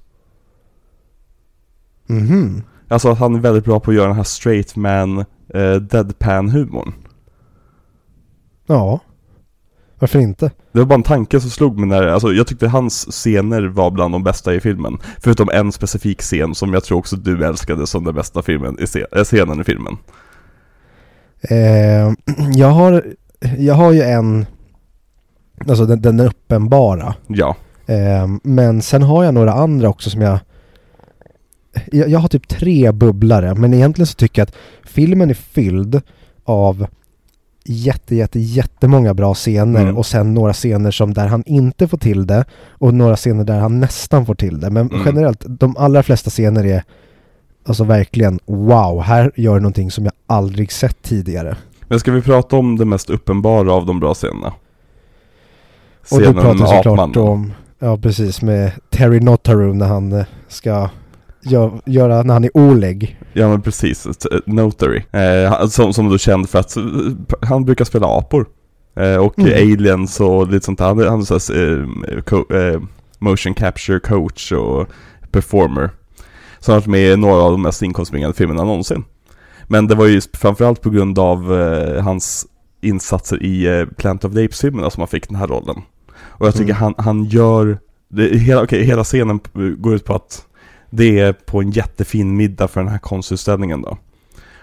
Mhm. Alltså att han är väldigt bra på att göra den här straight man Uh, deadpan-humorn. Ja, varför inte? Det var bara en tanke som slog mig när, alltså jag tyckte hans scener var bland de bästa i filmen. Förutom en specifik scen som jag tror också du älskade som den bästa filmen i scen- scenen i filmen. Eh, jag har jag har ju en, alltså den, den är uppenbara. Ja. Eh, men sen har jag några andra också som jag Jag, jag har typ tre bubblare, men egentligen så tycker jag att filmen är fylld av jätte, jätte, jättemånga bra scener mm. och sen några scener som där han inte får till det och några scener där han nästan får till det. Men mm. generellt, de allra flesta scener är alltså verkligen wow, här gör någonting som jag aldrig sett tidigare. Men ska vi prata om det mest uppenbara av de bra scenerna? Scenen och då pratar vi såklart om, ja precis, med Terry Notaro när han ska Gör, göra när han är Oleg. Ja men precis, Notary eh, som, som du känd för att han brukar spela apor eh, och mm. aliens och lite sånt där. Han, han är så här, eh, co- eh, motion capture coach och performer. Så han har varit med i några av de mest inkomstbringande filmerna någonsin. Men det var ju framförallt på grund av eh, hans insatser i eh, Planet of the Apes-filmerna som han fick den här rollen. Och jag tycker mm. han, han gör det, hela, okay, hela scenen går ut på att det är på en jättefin middag för den här konstutställningen då.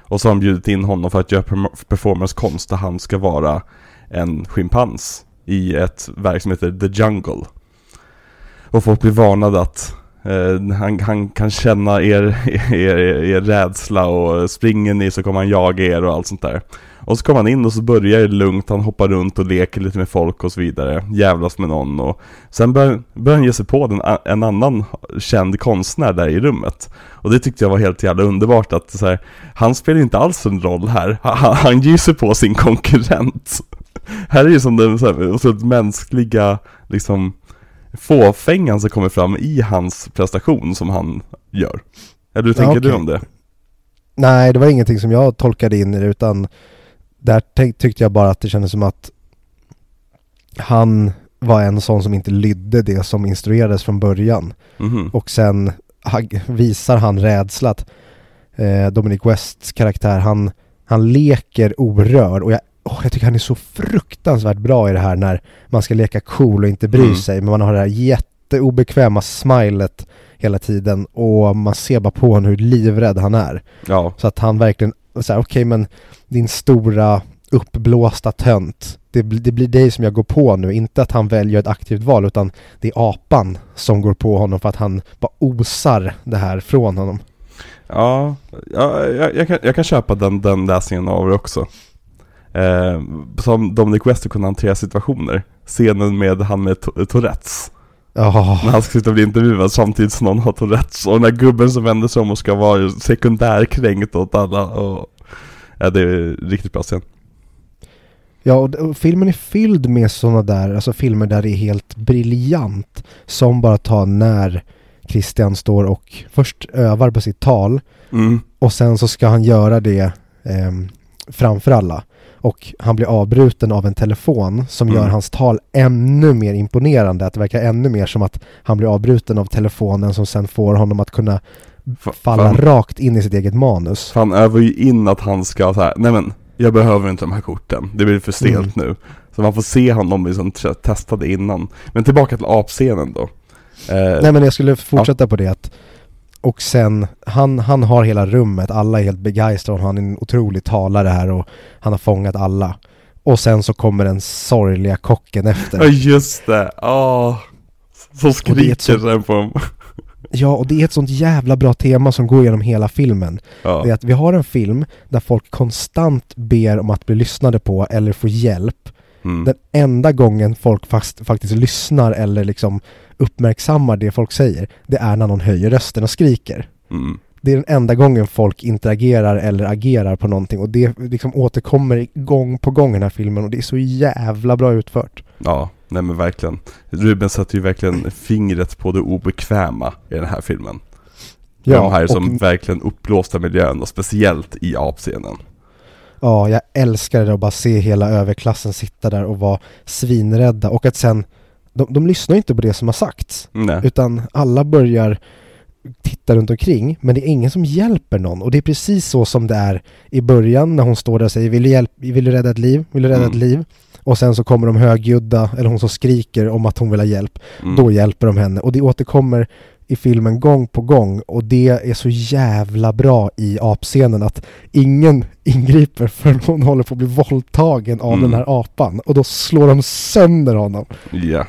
Och så har de bjudit in honom för att göra performancekonst där han ska vara en schimpans i ett verk som heter The Jungle. Och folk blir varnade att eh, han, han kan känna er, er, er, er rädsla och springer ni så kommer han jaga er och allt sånt där. Och så kommer han in och så börjar det lugnt, han hoppar runt och leker lite med folk och så vidare, jävlas med någon. Och sen börjar, börjar han ge sig på den, en annan känd konstnär där i rummet. Och det tyckte jag var helt jävla underbart att så här, han spelar inte alls en roll här, han, han ger sig på sin konkurrent. Här är ju som den så här, så mänskliga liksom fåfängan som kommer fram i hans prestation som han gör. Eller hur tänker ja, okay. du om det? Nej, det var ingenting som jag tolkade in i det, utan där ty- tyckte jag bara att det kändes som att han var en sån som inte lydde det som instruerades från början. Mm-hmm. Och sen ha- visar han rädsla att eh, Dominic Wests karaktär, han, han leker orörd, och jag Oh, jag tycker han är så fruktansvärt bra i det här när man ska leka cool och inte bry mm. sig, men man har det här jätteobekväma smilet hela tiden och man ser bara på honom hur livrädd han är. Ja. Så att han verkligen säger okej, okay, men din stora uppblåsta tönt, det, det blir dig som jag går på nu, inte att han väljer ett aktivt val, utan det är apan som går på honom för att han bara osar det här från honom. Ja, ja jag, jag, kan, jag kan köpa den, den läsningen av det också. Eh, som Dominic West kunde hantera situationer. Scenen med han med to- Tourettes. Oh. När han ska sitta och bli intervjuad samtidigt som någon har Tourettes. Och den där gubben som vänder sig om och ska vara sekundärkränkt åt alla. Och, ja, det är riktigt bra scen. Ja, och, och filmen är fylld med sådana där, alltså filmer där det är helt briljant. Som bara tar när Christian står och först övar på sitt tal. Mm. Och sen så ska han göra det eh, framför alla. Och han blir avbruten av en telefon som mm. gör hans tal ännu mer imponerande. Att det verkar ännu mer som att han blir avbruten av telefonen som sen får honom att kunna F- falla fan. rakt in i sitt eget manus. Han övar ju in att han ska så här, nej men, jag behöver inte de här korten. Det blir för stelt mm. nu. Så man får se honom liksom testade innan. Men tillbaka till apscenen då. Eh, nej men jag skulle fortsätta ja. på det att och sen, han, han har hela rummet, alla är helt begeistrade, han är en otrolig talare här och han har fångat alla. Och sen så kommer den sorgliga kocken efter. Ja just det, åh, så skriker den på dem. Ja, och det är ett sånt jävla bra tema som går genom hela filmen. Ja. Det är att vi har en film där folk konstant ber om att bli lyssnade på eller få hjälp. Mm. Den enda gången folk fast, faktiskt lyssnar eller liksom uppmärksammar det folk säger, det är när någon höjer rösten och skriker. Mm. Det är den enda gången folk interagerar eller agerar på någonting, och det liksom återkommer gång på gång i den här filmen, och det är så jävla bra utfört. Ja, nej men verkligen. Ruben sätter ju verkligen fingret på det obekväma i den här filmen. Ja, de här som och verkligen uppblåsta miljön, och speciellt i apscenen. Ja, jag älskar det att bara se hela överklassen sitta där och vara svinrädda, och att sen de, de lyssnar inte på det som har sagts. Nej. Utan alla börjar titta runt omkring, men det är ingen som hjälper någon, och det är precis så som det är i början när hon står där och säger vill du, hjälp, vill du rädda ett liv? Vill du rädda mm. ett liv? Och sen så kommer de högljudda, eller hon som skriker om att hon vill ha hjälp. Mm. Då hjälper de henne, och det återkommer i filmen gång på gång, och det är så jävla bra i apscenen att ingen ingriper förrän hon håller på att bli våldtagen av mm. den här apan, och då slår de sönder honom. Ja.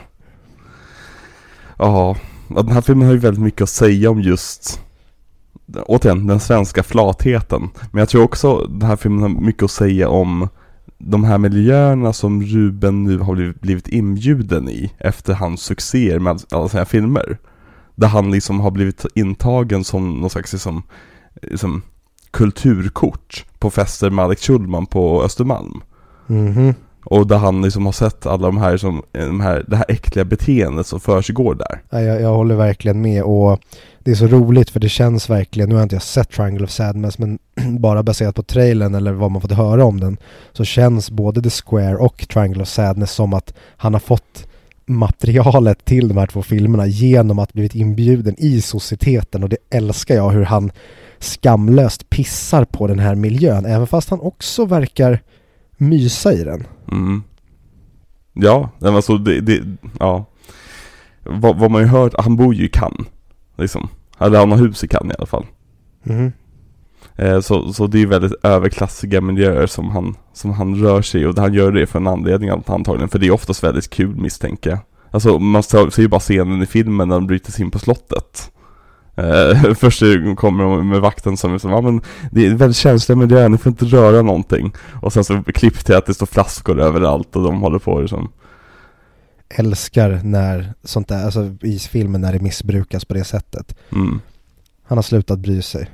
Ja, den här filmen har ju väldigt mycket att säga om just återigen, den svenska flatheten. Men jag tror också den här filmen har mycket att säga om de här miljöerna som Ruben nu har blivit, blivit inbjuden i efter hans succéer med alla sina filmer. Där han liksom har blivit intagen som någon slags liksom, liksom kulturkort på fester med Alex Schulman på Östermalm. Mhm. Och där han liksom har sett alla de här, som, de här det här äckliga beteendet som försiggår där. Ja, jag, jag håller verkligen med, och det är så roligt för det känns verkligen, nu har jag inte sett Triangle of Sadness, men bara baserat på trailern eller vad man fått höra om den, så känns både The Square och Triangle of Sadness som att han har fått materialet till de här två filmerna genom att blivit inbjuden i societeten, och det älskar jag hur han skamlöst pissar på den här miljön, även fast han också verkar mysa i den. Mm. Ja, alltså det, det ja. Vad, vad man ju hört, han bor ju i Cannes liksom. Eller han har hus i Cannes i alla fall. Mm. Eh, så, så det är ju väldigt överklassiga miljöer som han, som han rör sig i, och han gör det för en anledning antagligen, för det är oftast väldigt kul, misstänker jag. Alltså man ser ju bara scenen i filmen när de bryter sig in på slottet. Eh, först kommer de med vakten som är som, ja men det är väldigt känsliga miljöer, ni får inte röra någonting. Och sen så klipp till att det står flaskor överallt och de håller på liksom. Älskar när sånt där, alltså i filmen när det missbrukas på det sättet. Mm. Han har slutat bry sig.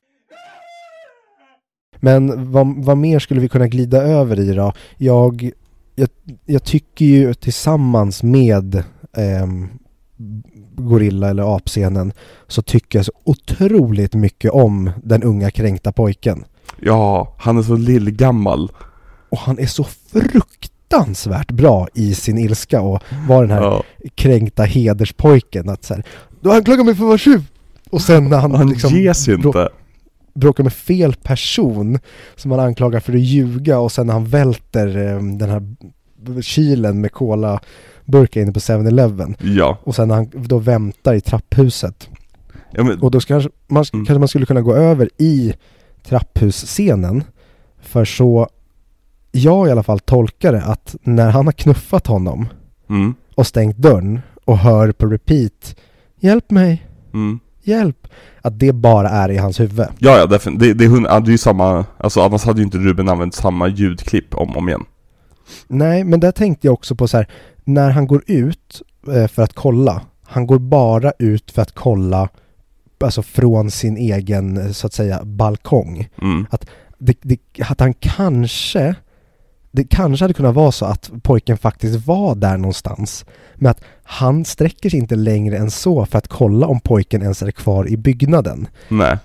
Men vad, vad mer skulle vi kunna glida över i då? Jag, jag, jag tycker ju tillsammans med eh, gorilla eller apscenen så tycker jag så otroligt mycket om den unga kränkta pojken. Ja, han är så lillgammal. Och han är så fruktansvärt bra i sin ilska och var den här ja. kränkta hederspojken. Att så här, du anklagar mig för att vara tjuv. Och sen när han, han liksom ges ju inte. Brå- bråkar med fel person som han anklagar för att ljuga, och sen när han välter eh, den här kylen med cola burkar inne på seven eleven. Ja. Och sen när han då väntar i trapphuset. Ja, men... Och då ska man, mm. kanske man skulle kunna gå över i trapphusscenen, för så jag i alla fall tolkar det att när han har knuffat honom mm. och stängt dörren och hör på repeat, hjälp mig, mm. hjälp, att det bara är i hans huvud. Ja, ja, definitivt. Det, det, det, det är ju samma, alltså annars hade ju inte Ruben använt samma ljudklipp om och om igen. Nej, men där tänkte jag också på så här, när han går ut eh, för att kolla, han går bara ut för att kolla, alltså från sin egen, så att säga, balkong. Mm. Att, det, det, att han kanske det kanske hade kunnat vara så att pojken faktiskt var där någonstans, men att han sträcker sig inte längre än så för att kolla om pojken ens är kvar i byggnaden. Nej.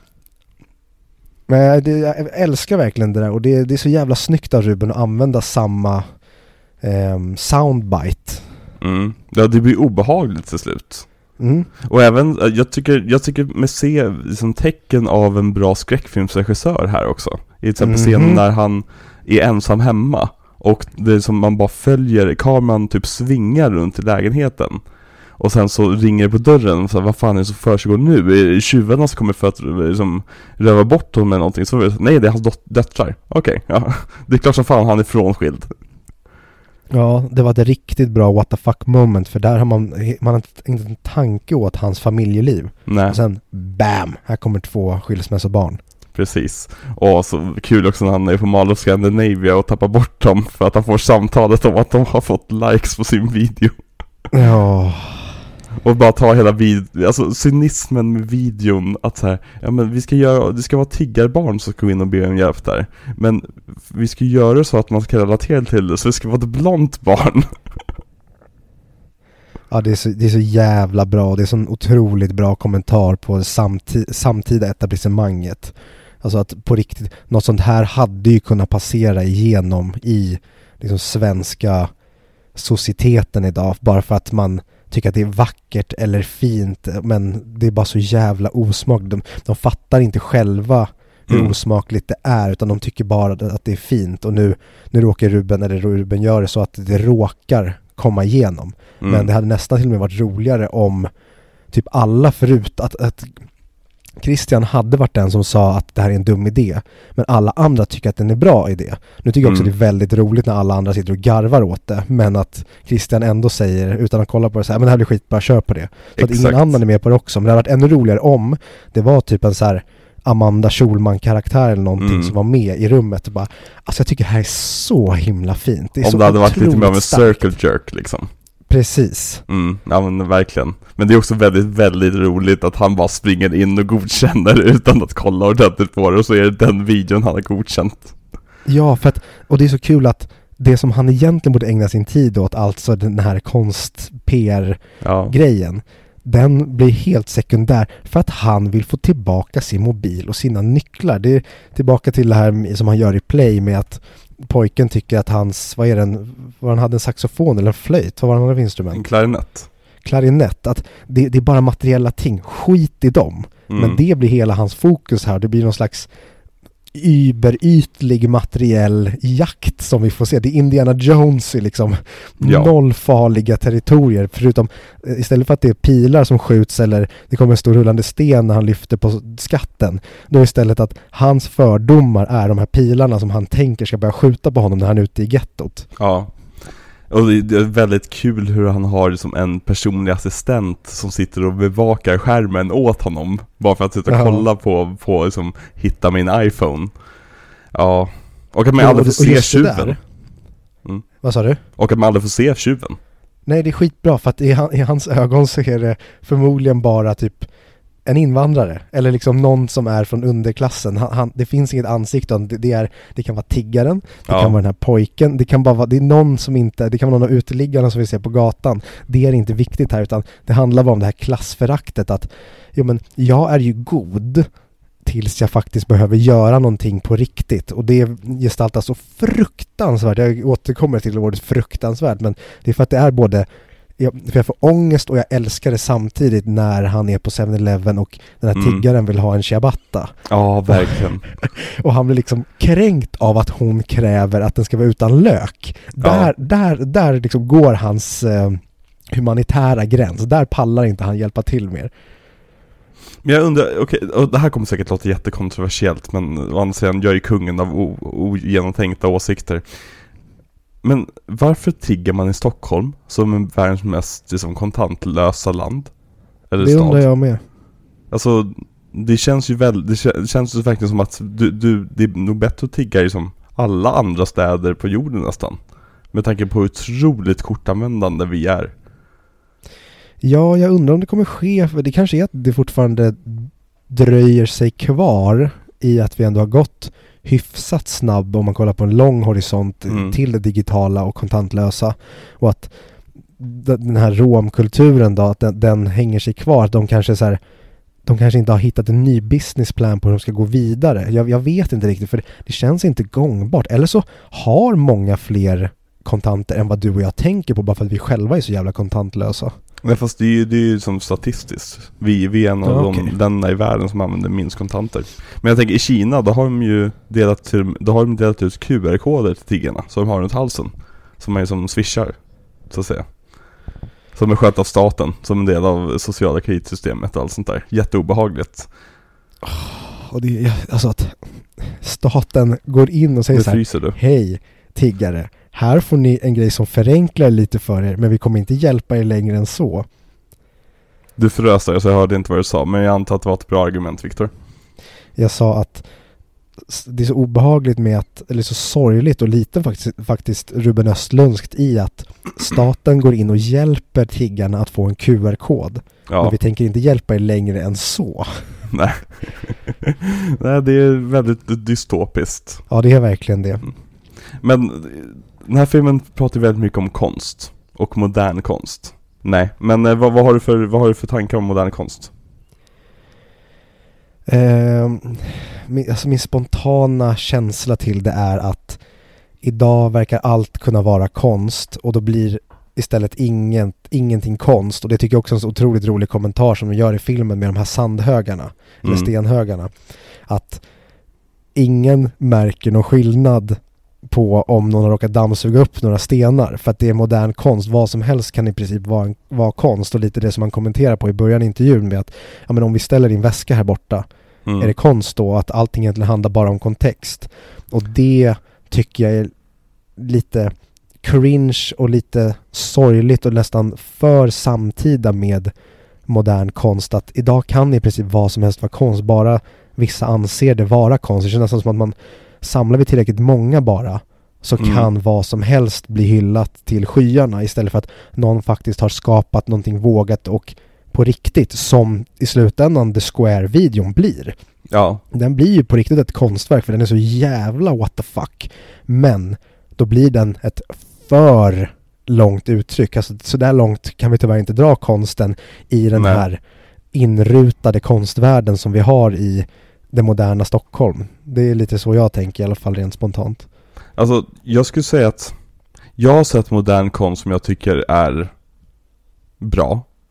Men det, jag älskar verkligen det där, och det, det är så jävla snyggt av Ruben att använda samma eh, soundbite. Mm. Ja, det blir obehagligt till slut. Mm. Och även, jag tycker, jag tycker med se som tecken av en bra skräckfilmsregissör här också. I till exempel Mm-hmm. scenen när han är ensam hemma och det är som man bara följer, kameran typ svingar runt i lägenheten. Och sen så ringer det på dörren och så, vad fan är det som försiggår nu? Är tjuvarna som kommer för att liksom, röva bort honom eller någonting? Så det, nej, det är hans dot- döttrar. Okej, okay, ja. Det är klart som fan han är frånskild. Ja, det var ett riktigt bra what the fuck moment, för där har man, man har inte en tanke åt hans familjeliv. Nej. Och sen, bam, här kommer två skilsmässobarn. Precis. Och så kul också när han är på Mall of Scandinavia och tappar bort dem för att han får samtalet om att de har fått likes på sin video. Ja. Och bara ta hela vid, alltså cynismen med videon, att så här, ja men vi ska göra, det ska vara tiggarbarn som ska gå in och be om hjälp där. Men vi ska göra så att man ska relatera till det, så det ska vara ett blont barn. Ja, det är, så, det är så jävla bra. Det är så en otroligt bra kommentar på samti- samtida etablissemanget. Alltså att på riktigt, något sånt här hade ju kunnat passera igenom i liksom svenska societeten idag, bara för att man tycker att det är vackert eller fint, men det är bara så jävla osmakligt. De, de fattar inte själva hur mm. osmakligt det är, utan de tycker bara att det är fint, och nu, nu råkar Ruben, eller Ruben gör det så att det råkar komma igenom. Mm. Men det hade nästan till och med varit roligare om typ alla förut, att, att Christian hade varit den som sa att det här är en dum idé, men alla andra tycker att den är bra idé. Nu tycker jag också mm. det är väldigt roligt när alla andra sitter och garvar åt det, men att Christian ändå säger, utan att kolla på det, så här, men det här blir skit, bara kör på det. Så Exakt. Att ingen annan är med på det också. Men det hade varit ännu roligare om det var typ en så här Amanda Schulman-karaktär eller någonting mm. som var med i rummet och bara, alltså jag tycker det här är så himla fint. Det är om så det hade varit lite mer av en starkt. circle jerk liksom. Precis. Mm, ja men verkligen. Men det är också väldigt, väldigt roligt att han bara springer in och godkänner utan att kolla ordentligt på det, och så är det den videon han har godkänt. Ja, för att, och det är så kul att det som han egentligen borde ägna sin tid åt, alltså den här konst-P R-grejen, ja. Den blir helt sekundär för att han vill få tillbaka sin mobil och sina nycklar. Det är tillbaka till det här som han gör i Play med att pojken tycker att hans, vad är den, vad han hade, en saxofon eller en flöjt, vad var han hade för instrument? En klarinett. Klarinett, att det, det är bara materiella ting, skit i dem. Mm. Men det blir hela hans fokus här, det blir någon slags überytlig materiell jakt som vi får se. Det är Indiana Jones i liksom Ja. nollfarliga territorier, förutom istället för att det är pilar som skjuts eller det kommer en stor rullande sten när han lyfter på skatten, då är istället att hans fördomar är de här pilarna som han tänker ska börja skjuta på honom när han är ute i gettot. Ja. Och det det är väldigt kul hur han har liksom en personlig assistent som sitter och bevakar skärmen åt honom. Bara för att sitta och Ja. kolla på, på liksom, hitta min iPhone. Ja. Och att man Och- aldrig får och se just det där. tjuven. Mm. Vad sa du? Och att man aldrig får se tjuven. Nej, det är skitbra för att i, han, i hans ögon så är det förmodligen bara typ en invandrare eller liksom någon som är från underklassen. Han, han, det finns inget ansikte. Det, det, är, det kan vara tiggaren, det Ja. kan vara den här pojken, det kan bara vara, det är någon som inte, det kan vara någon av uteliggarna som vi ser på gatan. Det är inte viktigt här, utan det handlar bara om det här klassföraktet att jo, men jag är ju god tills jag faktiskt behöver göra någonting på riktigt, och det gestaltas så fruktansvärt. Jag återkommer till ordet fruktansvärt, men det är för att det är både jag, för jag får ångest och jag älskar det samtidigt när han är på seven eleven och den här Mm. tiggaren vill ha en ciabatta. Ja, verkligen. Och han blir liksom kränkt av att hon kräver att den ska vara utan lök. Där, Ja. där, där liksom går hans eh, humanitära gräns. Där pallar inte han hjälpa till mer. Men jag undrar, okej, och det här kommer säkert låta jättekontroversiellt, men å andra sidan, jag är kungen av o- ogenomtänkta åsikter. Men varför tigger man i Stockholm som är världens mest liksom, kontantlösa land? Eller Det stad? undrar jag med. Alltså, det känns ju väl, det kän- det känns ju verkligen som att du, du, det är nog bättre att tigga i som alla andra städer på jorden nästan. Med tanke på hur otroligt kortanvändande vi är. Ja, jag undrar om det kommer ske, för det kanske är att det fortfarande dröjer sig kvar i att vi ändå har gått hyfsat snabb om man kollar på en lång horisont Mm. till det digitala och kontantlösa, och att d- den här romkulturen då, att den, den hänger sig kvar, att de kanske så här, de kanske inte har hittat en ny businessplan på hur de ska gå vidare. Jag, jag vet inte riktigt, för det, det känns inte gångbart. Eller så har många fler kontanter än vad du och jag tänker på, bara för att vi själva är så jävla kontantlösa. Nej, fast det är ju, det är ju som statistiskt. Vi, vi är en av Ja, de okej. länderna i världen som använder minst kontanter. Men jag tänker i Kina, då har de ju delat, till, då har de delat ut Q R-koder till tiggarna. Så de har runt halsen. Som är som swishar, så att säga. Som är skött av staten, som en del av sociala kreditsystemet och allt sånt där. Jätteobehagligt. Och det är alltså att staten går in och säger Det så här: fryser du. hej tiggare, här får ni en grej som förenklar lite för er, men vi kommer inte hjälpa er längre än så. Du frös där, så jag hörde inte vad du sa. Men jag antar att det var ett bra argument, Viktor. Jag sa att s- det är så obehagligt med att, eller så sorgligt och lite faktiskt, faktiskt Ruben Östlundskt i att staten går in och hjälper tiggarna att få en Q R-kod. Ja. Men vi tänker inte hjälpa er längre än så. Nej. Nej, det är väldigt dystopiskt. Ja, det är verkligen det. Men den här filmen pratar väldigt mycket om konst och modern konst. Nej, men eh, vad, vad, har du för, vad har du för tankar om modern konst? Eh, min, alltså min spontana känsla till det är att idag verkar allt kunna vara konst, och då blir istället ingen, ingenting konst. Och det tycker jag också är en så otroligt rolig kommentar som de gör i filmen med de här sandhögarna, eller Mm. stenhögarna. Att ingen märker någon skillnad på om någon har råkat dammsuga upp några stenar, för att det är modern konst. Vad som helst kan i princip vara, en, vara konst, och lite det som man kommenterar på i början av intervjun med att ja, men om vi ställer din väska här borta, Mm. är det konst då? Att allting egentligen handlar bara om kontext. Och det tycker jag är lite cringe och lite sorgligt och nästan för samtida med modern konst, att idag kan i princip vad som helst vara konst, bara vissa anser det vara konst. Det känns nästan som att man samlar vi tillräckligt många bara, så Mm. kan vad som helst bli hyllat till skyarna, istället för att någon faktiskt har skapat någonting vågat och på riktigt, som i slutändan The Square-videon blir. Ja. Den blir ju på riktigt ett konstverk, för den är så jävla what the fuck. Men då blir den ett för långt uttryck. Alltså, så där långt kan vi tyvärr inte dra konsten i den Nej. här inrutade konstvärlden som vi har i det moderna Stockholm. Det är lite så jag tänker, i alla fall rent spontant. Alltså, jag skulle säga att jag har sett modern konst som jag tycker är bra.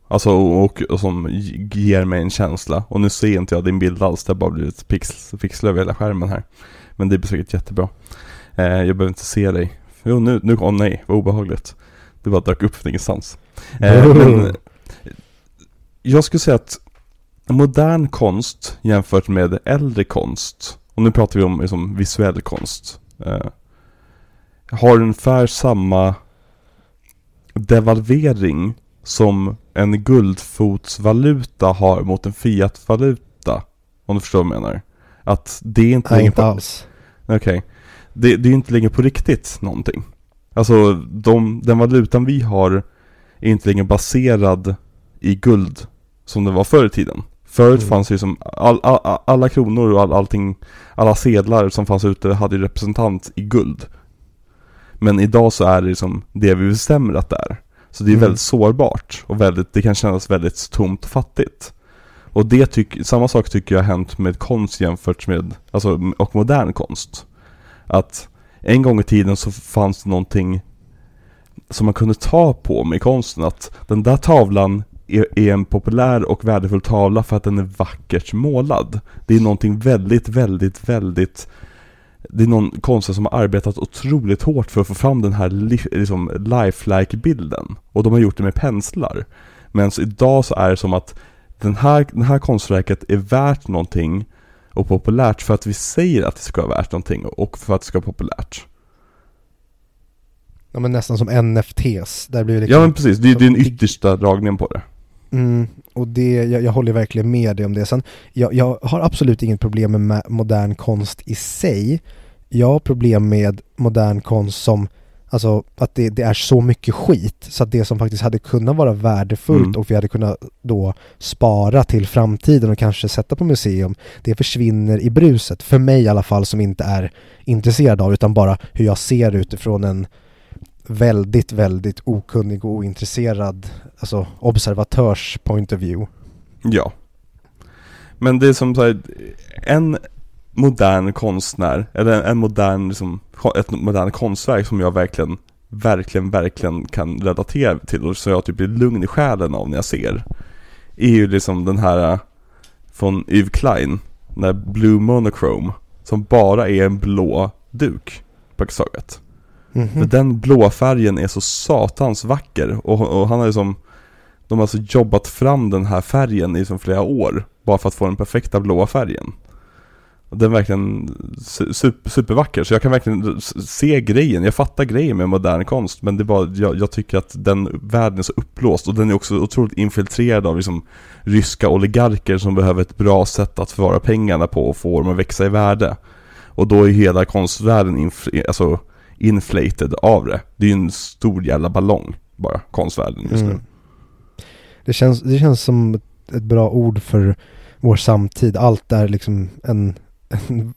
Alltså och, och som ger mig en känsla. Och nu ser inte jag din bild alls. Det har bara blivit pix, pixlar över hela skärmen här. Men det blir säkert jättebra. eh, Jag behöver inte se dig. Jo nu, nu åh oh nej, vad obehagligt. Det bara dök upp för ingenstans. eh, Men jag skulle säga att modern konst jämfört med äldre konst, och nu pratar vi om liksom, visuell konst, eh, har ungefär samma devalvering som en guldfotsvaluta har mot en fiatvaluta. Om du förstår vad jag menar. Att det är inte Nej, längre inte på... alls. Okej. Okay. Det, det är inte längre på riktigt någonting. Alltså de, den valutan vi har är inte längre baserad i guld som det var förr i tiden. Förut mm. fanns det ju som all, all, alla kronor och all, allting, alla sedlar som fanns ute hade ju representant i guld. Men idag så är det liksom det vi bestämmer att det är. Så det är mm. väldigt sårbart och väldigt, det kan kännas väldigt tomt och fattigt. Och det tyck, samma sak tycker jag har hänt med konst jämfört med, alltså, och modern konst. Att en gång i tiden så fanns det någonting som man kunde ta på med konsten. Att den där tavlan är, är en populär och värdefull tavla för att den är vackert målad. Det är någonting väldigt, väldigt, väldigt... Det är någon konstnär som har arbetat otroligt hårt för att få fram den här li, liksom lifelike-bilden. Och de har gjort det med penslar. Men så idag så är det som att den här, den här konstverket är värt någonting och populärt för att vi säger att det ska vara värt någonting och för att det ska vara populärt. Ja, men nästan som N F Ts. Där blir det liksom, ja, men precis. Det är den yttersta dragningen på det. Mm, och det, jag, jag håller verkligen med dig om det. Sen, jag, jag har absolut inget problem med modern konst i sig. Jag har problem med modern konst som, alltså att det, det är så mycket skit så att det som faktiskt hade kunnat vara värdefullt mm. och vi hade kunnat då spara till framtiden och kanske sätta på museum, det försvinner i bruset. För mig i alla fall, som inte är intresserad av, utan bara hur jag ser utifrån en väldigt, väldigt okunnig och ointresserad, alltså observatörs point of view. Ja. Men det är som så här, en modern konstnär, eller en modern liksom, ett modern konstverk som jag verkligen verkligen, verkligen kan relatera till och så jag typ blir lugn i själen av när jag ser, är ju liksom den här från Yves Klein, den där Blue Monochrome, som bara är en blå duk på exakt. Mm-hmm. För den blå färgen är så satans vacker och, och han har ju som de har alltså jobbat fram den här färgen i som flera år bara för att få den perfekta blåa färgen. Och den är verkligen super, supervacker, så jag kan verkligen se grejen. Jag fattar grejen med modern konst, men det är bara, jag, jag tycker att den världen är så upplåst och den är också otroligt infiltrerad av liksom ryska oligarker som behöver ett bra sätt att förvara pengarna på och få dem att växa i värde. Och då är hela konstvärlden infl- alltså inflated av det. Det är ju en stor jävla ballong bara, konstvärlden just nu. Mm. Det känns, det känns som ett bra ord för vår samtid. Allt är liksom en, en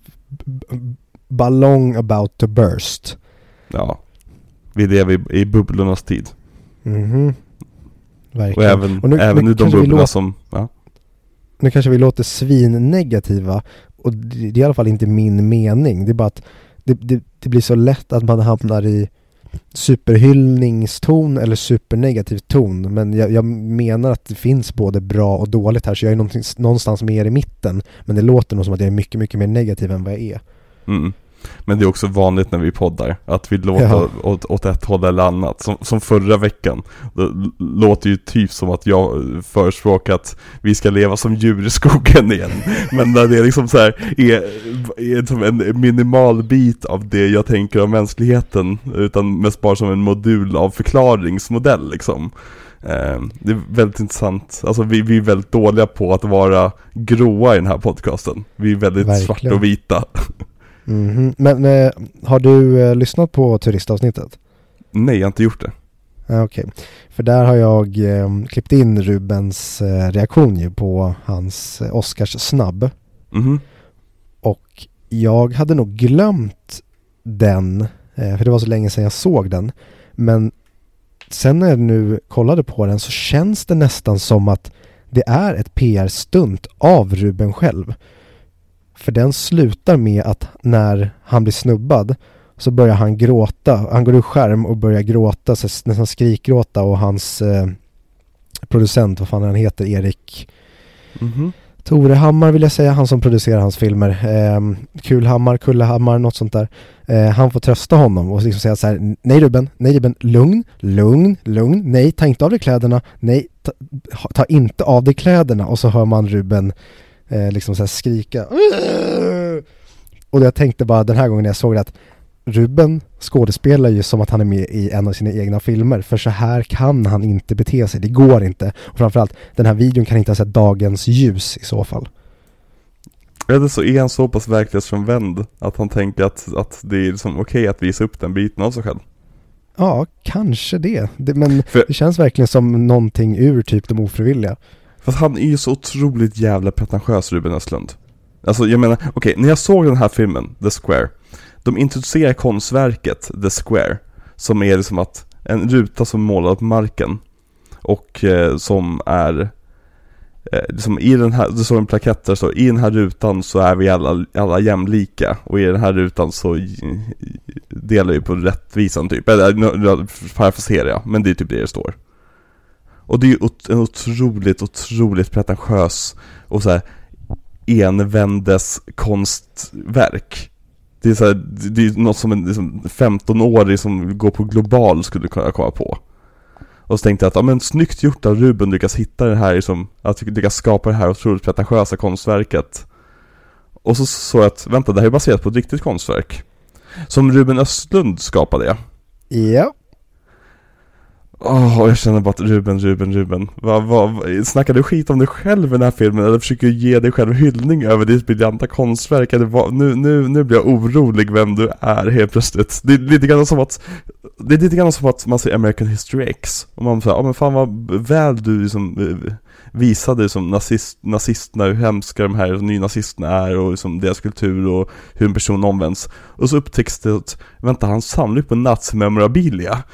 ballong about to burst. Ja. Vi lever i, i bubblornas tid. Mhm. Verkligen. Och även, och nu, även nu de bubblorna låter, som... Ja. Nu kanske vi låter svin negativa. Och det, det är i alla fall inte min mening. Det är bara att det, det, det blir så lätt att man hamnar i superhyllningston eller supernegativ ton. Men jag, jag menar att det finns både bra och dåligt här. Så jag är någonstans mer i mitten. Men det låter nog som att jag är mycket, mycket mer negativ än vad jag är. Mm. Men det är också vanligt när vi poddar att vi låter ja. åt, åt ett håll eller annat. Som, som förra veckan. Det låter ju typ som att jag förespråkar att vi ska leva som djur i skogen igen. Men när det är liksom så här är, är som en minimal bit av det jag tänker om mänskligheten, utan mest bara som en modul av förklaringsmodell liksom. Det är väldigt intressant. Alltså vi, vi är väldigt dåliga på att vara gråa i den här podcasten. Vi är väldigt verkligen svarta och vita. Mm-hmm. Men eh, har du eh, lyssnat på turistavsnittet? Nej, jag har inte gjort det. ah, Okej, okay. För där har jag eh, klippt in Rubens eh, reaktion ju på hans eh, Oscars snabb. Mm-hmm. Och jag hade nog glömt den, eh, för det var så länge sedan jag såg den. Men sen när jag nu kollade på den så känns det nästan som att det är ett P R-stunt av Ruben själv. För den slutar med att när han blir snubbad så börjar han gråta. Han går ur skärm och börjar gråta, så nästan skrikgråta, och hans eh, producent, vad fan han heter, Erik Mm-hmm. Torehammar vill jag säga, han som producerar hans filmer. Eh, Kulhammar, Kullahammar, något sånt där. Eh, han får trösta honom och liksom säga så här: nej Ruben, nej Ruben, lugn, lugn, lugn, nej, ta inte av dig kläderna, nej, ta, ta inte av dig kläderna. Och så hör man Ruben eh, liksom så här skrika. Och jag tänkte bara den här gången när jag såg det att Ruben skådespelar ju som att han är med i en av sina egna filmer. För så här kan han inte bete sig. Det går inte. Och framförallt, den här videon kan inte ha sett dagens ljus i så fall. Eller så är han så pass verklighetsfrånvänd att han tänker att, att det är liksom okej att visa upp den biten av sig själv. Ja, kanske det. det men för, det känns verkligen som någonting ur typ de ofrivilliga. För han är ju så otroligt jävla pretentiös, Ruben Östlund. Alltså jag menar, okej, okay, när jag såg den här filmen, The Square, de introducerar konstverket The Square, som är liksom att en ruta som är målad på marken och eh, som är eh, liksom i den här, det står en plakett där, så i den här rutan så är vi alla, alla jämlika, och i den här rutan så delar vi på rättvisan typ, eller nu parafraserar jag, men det är typ det det står. Och det är ju en otroligt, otroligt pretentiös och så här envändes konstverk. Det är så här, det är något som en liksom femton-årig som går på global skulle kunna komma på. Och så tänkte jag att ja, men snyggt gjort av Ruben lyckas hitta det här liksom, att lyckas skapa det här otroligt pretentiösa konstverket. Och så såg jag att vänta, det här är baserat på ett riktigt konstverk som Ruben Östlund skapade. Ja. Ja. Åh, oh, jag känner bara att Ruben, Ruben, Ruben va, va, snackar du skit om dig själv i den här filmen, eller försöker du ge dig själv hyllning över ditt briljanta konstverk, eller va, nu, nu, nu blir jag orolig vem du är helt plötsligt. Det är lite grann som att Det är lite grann som att man ser American History X och man säger, ja men fan vad väl du liksom visade som nazist, nazisterna, hur hemska de här nynazisterna är och liksom deras kultur och hur en person omvänds. Och så upptäcks det att, vänta, han samlar på nazimemorabilia.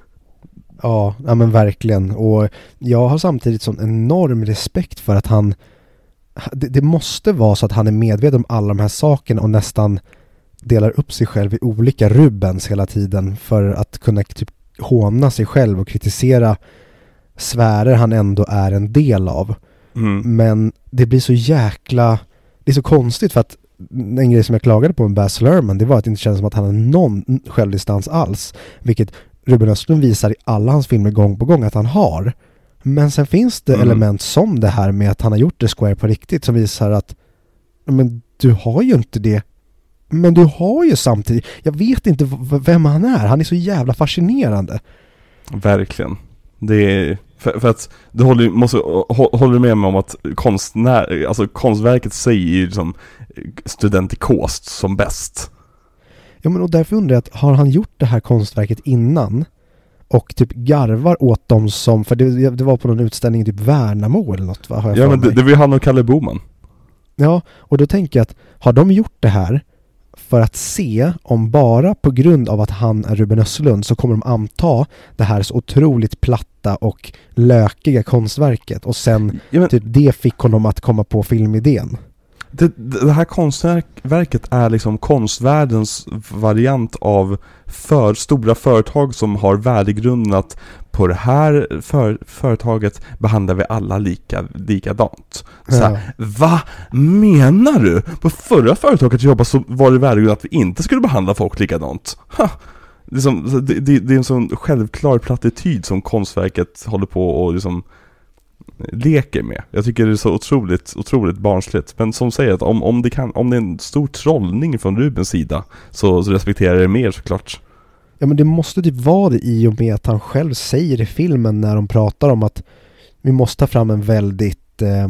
Ja, ja men verkligen. Och jag har samtidigt sån enorm respekt för att han det, det måste vara så att han är medveten om alla de här sakerna och nästan delar upp sig själv i olika Rubens hela tiden för att kunna typ håna sig själv och kritisera sfärer han ändå är en del av. Mm. Men det blir så jäkla det är så konstigt, för att en grej som jag klagade på med Baz Luhrmann, det var att det inte kändes som att han hade någon självdistans alls, vilket Ruben Östlund visar i alla hans filmer gång på gång att han har. Men sen finns det mm. element som det här med att han har gjort det Square på riktigt som visar att men du har ju inte det. Men du har ju samtidigt, jag vet inte v- vem han är. Han är så jävla fascinerande. Verkligen. Det är för, för att du håller, måste, håller med mig om att konstnär, alltså konstverket säger ju liksom studentikost som bäst. Ja, men och därför undrar jag att har han gjort det här konstverket innan och typ garvar åt dem som, för det, det var på någon utställning i typ Värnamo eller något, va? Har jag ja, men det, det var ju han och Kalle Boman. Ja, och då tänker jag att har de gjort det här för att se om bara på grund av att han är Ruben Östlund så kommer de anta det här så otroligt platta och lökiga konstverket och sen ja, men, typ det fick honom att komma på filmidén. Det, det här konstverket är liksom konstvärldens variant av för stora företag som har värdegrunden att på det här för, företaget behandlar vi alla lika, likadant. Så här, ja. Vad menar du? På förra företaget jag jobbade så var det värdegrunden att vi inte skulle behandla folk likadant. Ha! Liksom, det, det, det är en sån självklar plattityd som konstverket håller på och liksom leker med. Jag tycker det är så otroligt otroligt barnsligt. Men som säger att om, om, det kan, om det är en stor trollning från Rubens sida så, så respekterar jag det mer såklart. Ja, men det måste typ vara det i och med att han själv säger i filmen när de pratar om att vi måste ta fram en väldigt eh,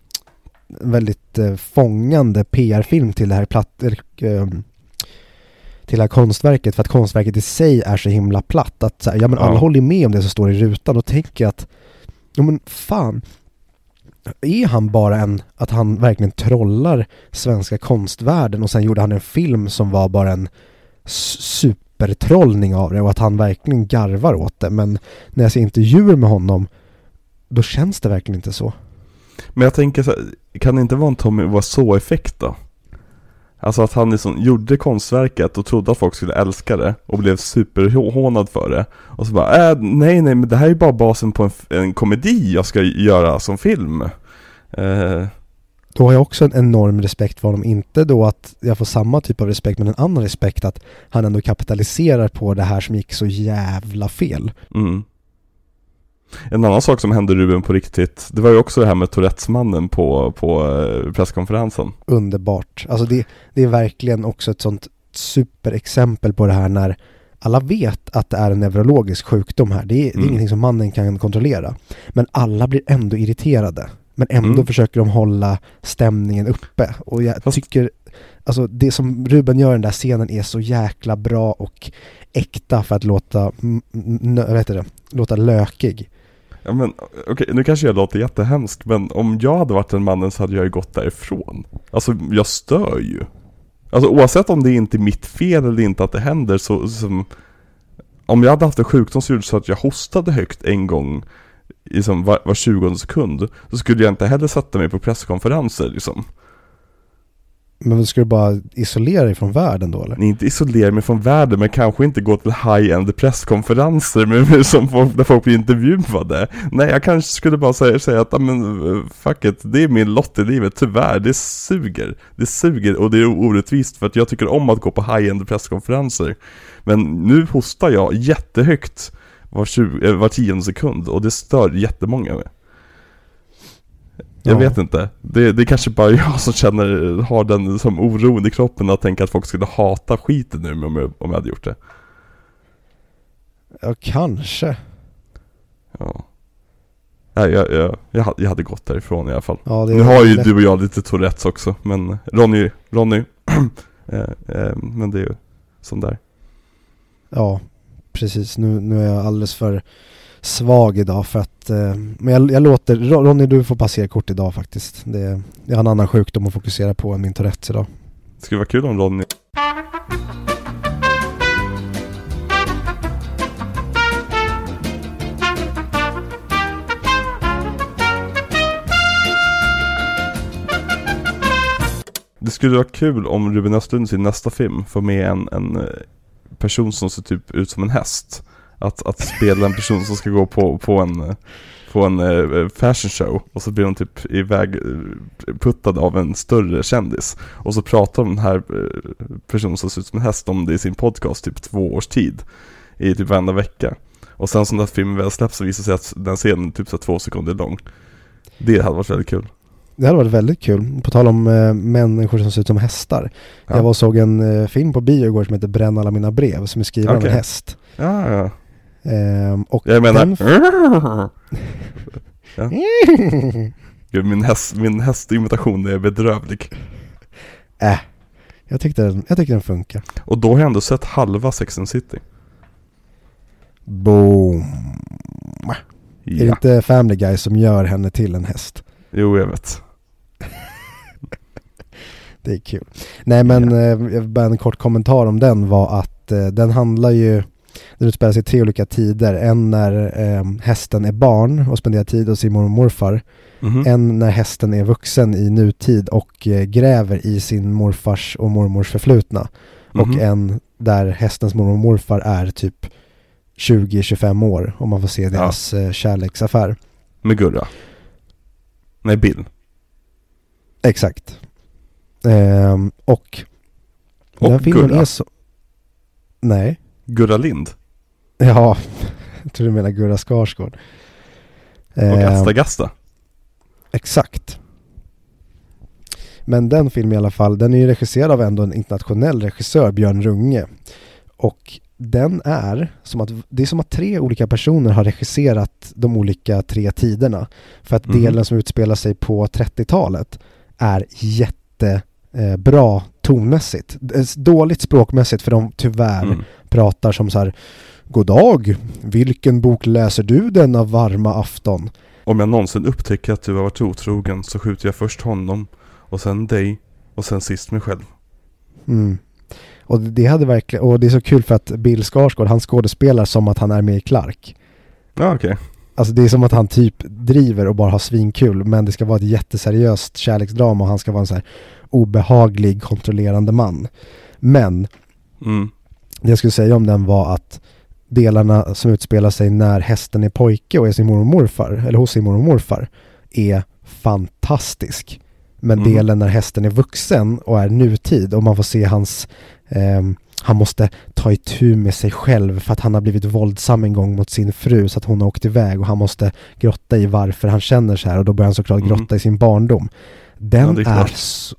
väldigt eh, fångande P R-film till det här platt, eh, till det här konstverket, för att konstverket i sig är så himla platt att så här, ja men alla ja. håller med om det som står i rutan och tänker att ja men fan, är han bara en, att han verkligen trollar svenska konstvärlden och sen gjorde han en film som var bara en supertrollning av det och att han verkligen garvar åt det. Men när jag ser intervjuer med honom då känns det verkligen inte så. Men jag tänker så här, kan det inte vara en Tommy Wiseau-effekt då? Alltså att han liksom gjorde konstverket och trodde att folk skulle älska det och blev superhånad för det. Och så bara, äh, nej nej men det här är bara basen på en, en komedi jag ska göra som film. Eh. Då har jag också en enorm respekt för honom. Inte då att jag får samma typ av respekt, men en annan respekt att han ändå kapitaliserar på det här som gick så jävla fel. Mm. En annan sak som hände Ruben på riktigt, det var ju också det här med Tourettesmannen på, på presskonferensen. Underbart. Alltså det, det är verkligen också ett sånt superexempel på det här när alla vet att det är en neurologisk sjukdom här. Det är, mm. det är ingenting som mannen kan kontrollera. Men alla blir ändå irriterade. Men ändå mm. försöker de hålla stämningen uppe. Och jag Fast... tycker, alltså det som Ruben gör i den där scenen är så jäkla bra och äkta för att låta, vad heter det, låta lökig. Ja men okej, okay, nu kanske jag låter jättehemskt, men om jag hade varit den mannen så hade jag ju gått därifrån. Alltså jag stör ju. Alltså oavsett om det är inte är mitt fel eller inte att det händer så, som, om jag hade haft en sjukdom så gjorde så att jag hostade högt en gång liksom var, var tjugonde sekund, så skulle jag inte heller sätta mig på presskonferenser liksom. Men ska du bara isolera dig från världen då eller? Nej, inte isolera mig från världen, men kanske inte gå till high-end presskonferenser med, som folk, där folk blir intervjuade. Nej, jag kanske skulle bara säga, säga att men, fuck it, det är min lott i livet, tyvärr, det suger. Det suger och det är orättvist för att jag tycker om att gå på high-end presskonferenser. Men nu hostar jag jättehögt var, tjugo, var tionde sekund och det stör jättemånga med. Jag ja. vet inte. Det, det är kanske bara jag som känner, har den som oron i kroppen att tänka att folk skulle hata skiten nu om jag, om jag hade gjort det. Ja, kanske. Ja. Nej, jag, jag, jag, jag hade gått därifrån i alla fall. Ja, nu har ju lätt. Du och jag lite Tourettes också, men Ronny, Ronny eh, eh, men det är ju sån där. Ja, precis. Nu, nu är jag alldeles för svag idag för att eh, men jag, jag låter Ronny, du får passera kort idag faktiskt. Det, jag har en annan sjukdom att fokusera på än min Tourettes idag. Det skulle vara kul om Ronny. Det skulle vara kul om Ruben Östlund i sin nästa film får med en, en person som ser typ ut som en häst. Att, att spela en person som ska gå på, på en, på en uh, fashion show. Och så blir de typ iväg uh, puttad av en större kändis. Och så pratar de den här uh, personen som ser ut som en häst om det i sin podcast typ två års tid. I typ varenda vecka. Och sen som den här filmen väl släpps så visar sig att den scenen typ så två sekunder lång. Det hade varit väldigt kul. Det hade varit väldigt kul. På tal om uh, människor som ser ut som hästar. Ja. Jag var och såg en uh, film på bio igår som heter Bränn alla mina brev. Som är skriven okay. av en häst. Ja, ja. Um, och jag menar den... ja. Gud, min, häst, min hästimitation är bedrövlig. Äh, jag tyckte, den, jag tyckte den funkar. Och då har jag ändå sett halva Sex and City. Boom. Ja. Är det inte Family Guy som gör henne till en häst? Jo, jag vet. Det är kul. Nej, men ja. eh, bara en kort kommentar om den var att eh, den handlar ju, den utspelar sig i tre olika tider. En när eh, hästen är barn och spenderar tid hos sin mormor och morfar. Mm-hmm. En när hästen är vuxen i nutid och eh, gräver i sin morfars och mormors förflutna. Mm-hmm. Och en där hästens mormor och morfar är typ tjugo till tjugofem år och man får se deras ja. eh, kärleksaffär. Med Gurra. Nej, Bill. Exakt. Ehm, och, och den filmen Gurra. Är så... Nej. Gurra Lind. Ja, jag tror du menar Gurra Skarsgård. Ehm, och Asta Gasta. Exakt. Men den filmen i alla fall, den är ju regisserad av ändå en internationell regissör, Björn Runge. Och den är som att det är som att tre olika personer har regisserat de olika tre tiderna. För att mm. delen som utspelar sig på trettiotalet är jättebra eh, tonmässigt. Dåligt språkmässigt för de tyvärr mm. pratar som så här: God dag, vilken bok läser du denna varma afton? Om jag någonsin upptäcker att du har varit otrogen så skjuter jag först honom och sen dig och sen sist mig själv. Mm. Och det hade verkligen, och det är så kul för att Bill Skarsgård, han skådespelar som att han är med i Clark. Ja, okej. Okay. Alltså det är som att han typ driver och bara har svinkul, men det ska vara ett jätteseriöst kärleksdrama och han ska vara en så här obehaglig, kontrollerande man. Men Mm. det jag skulle säga om den var att delarna som utspelar sig när hästen är pojke och är sin mormor och morfar, eller hos sin mormor och morfar, är fantastisk. Men Mm. delen när hästen är vuxen och är nutid och man får se hans eh, han måste ta itu med sig själv för att han har blivit våldsam en gång mot sin fru så att hon har åkt iväg och han måste grotta i varför han känner så här och då börjar han såklart Mm. grotta i sin barndom. Den Ja, det är är, klart. så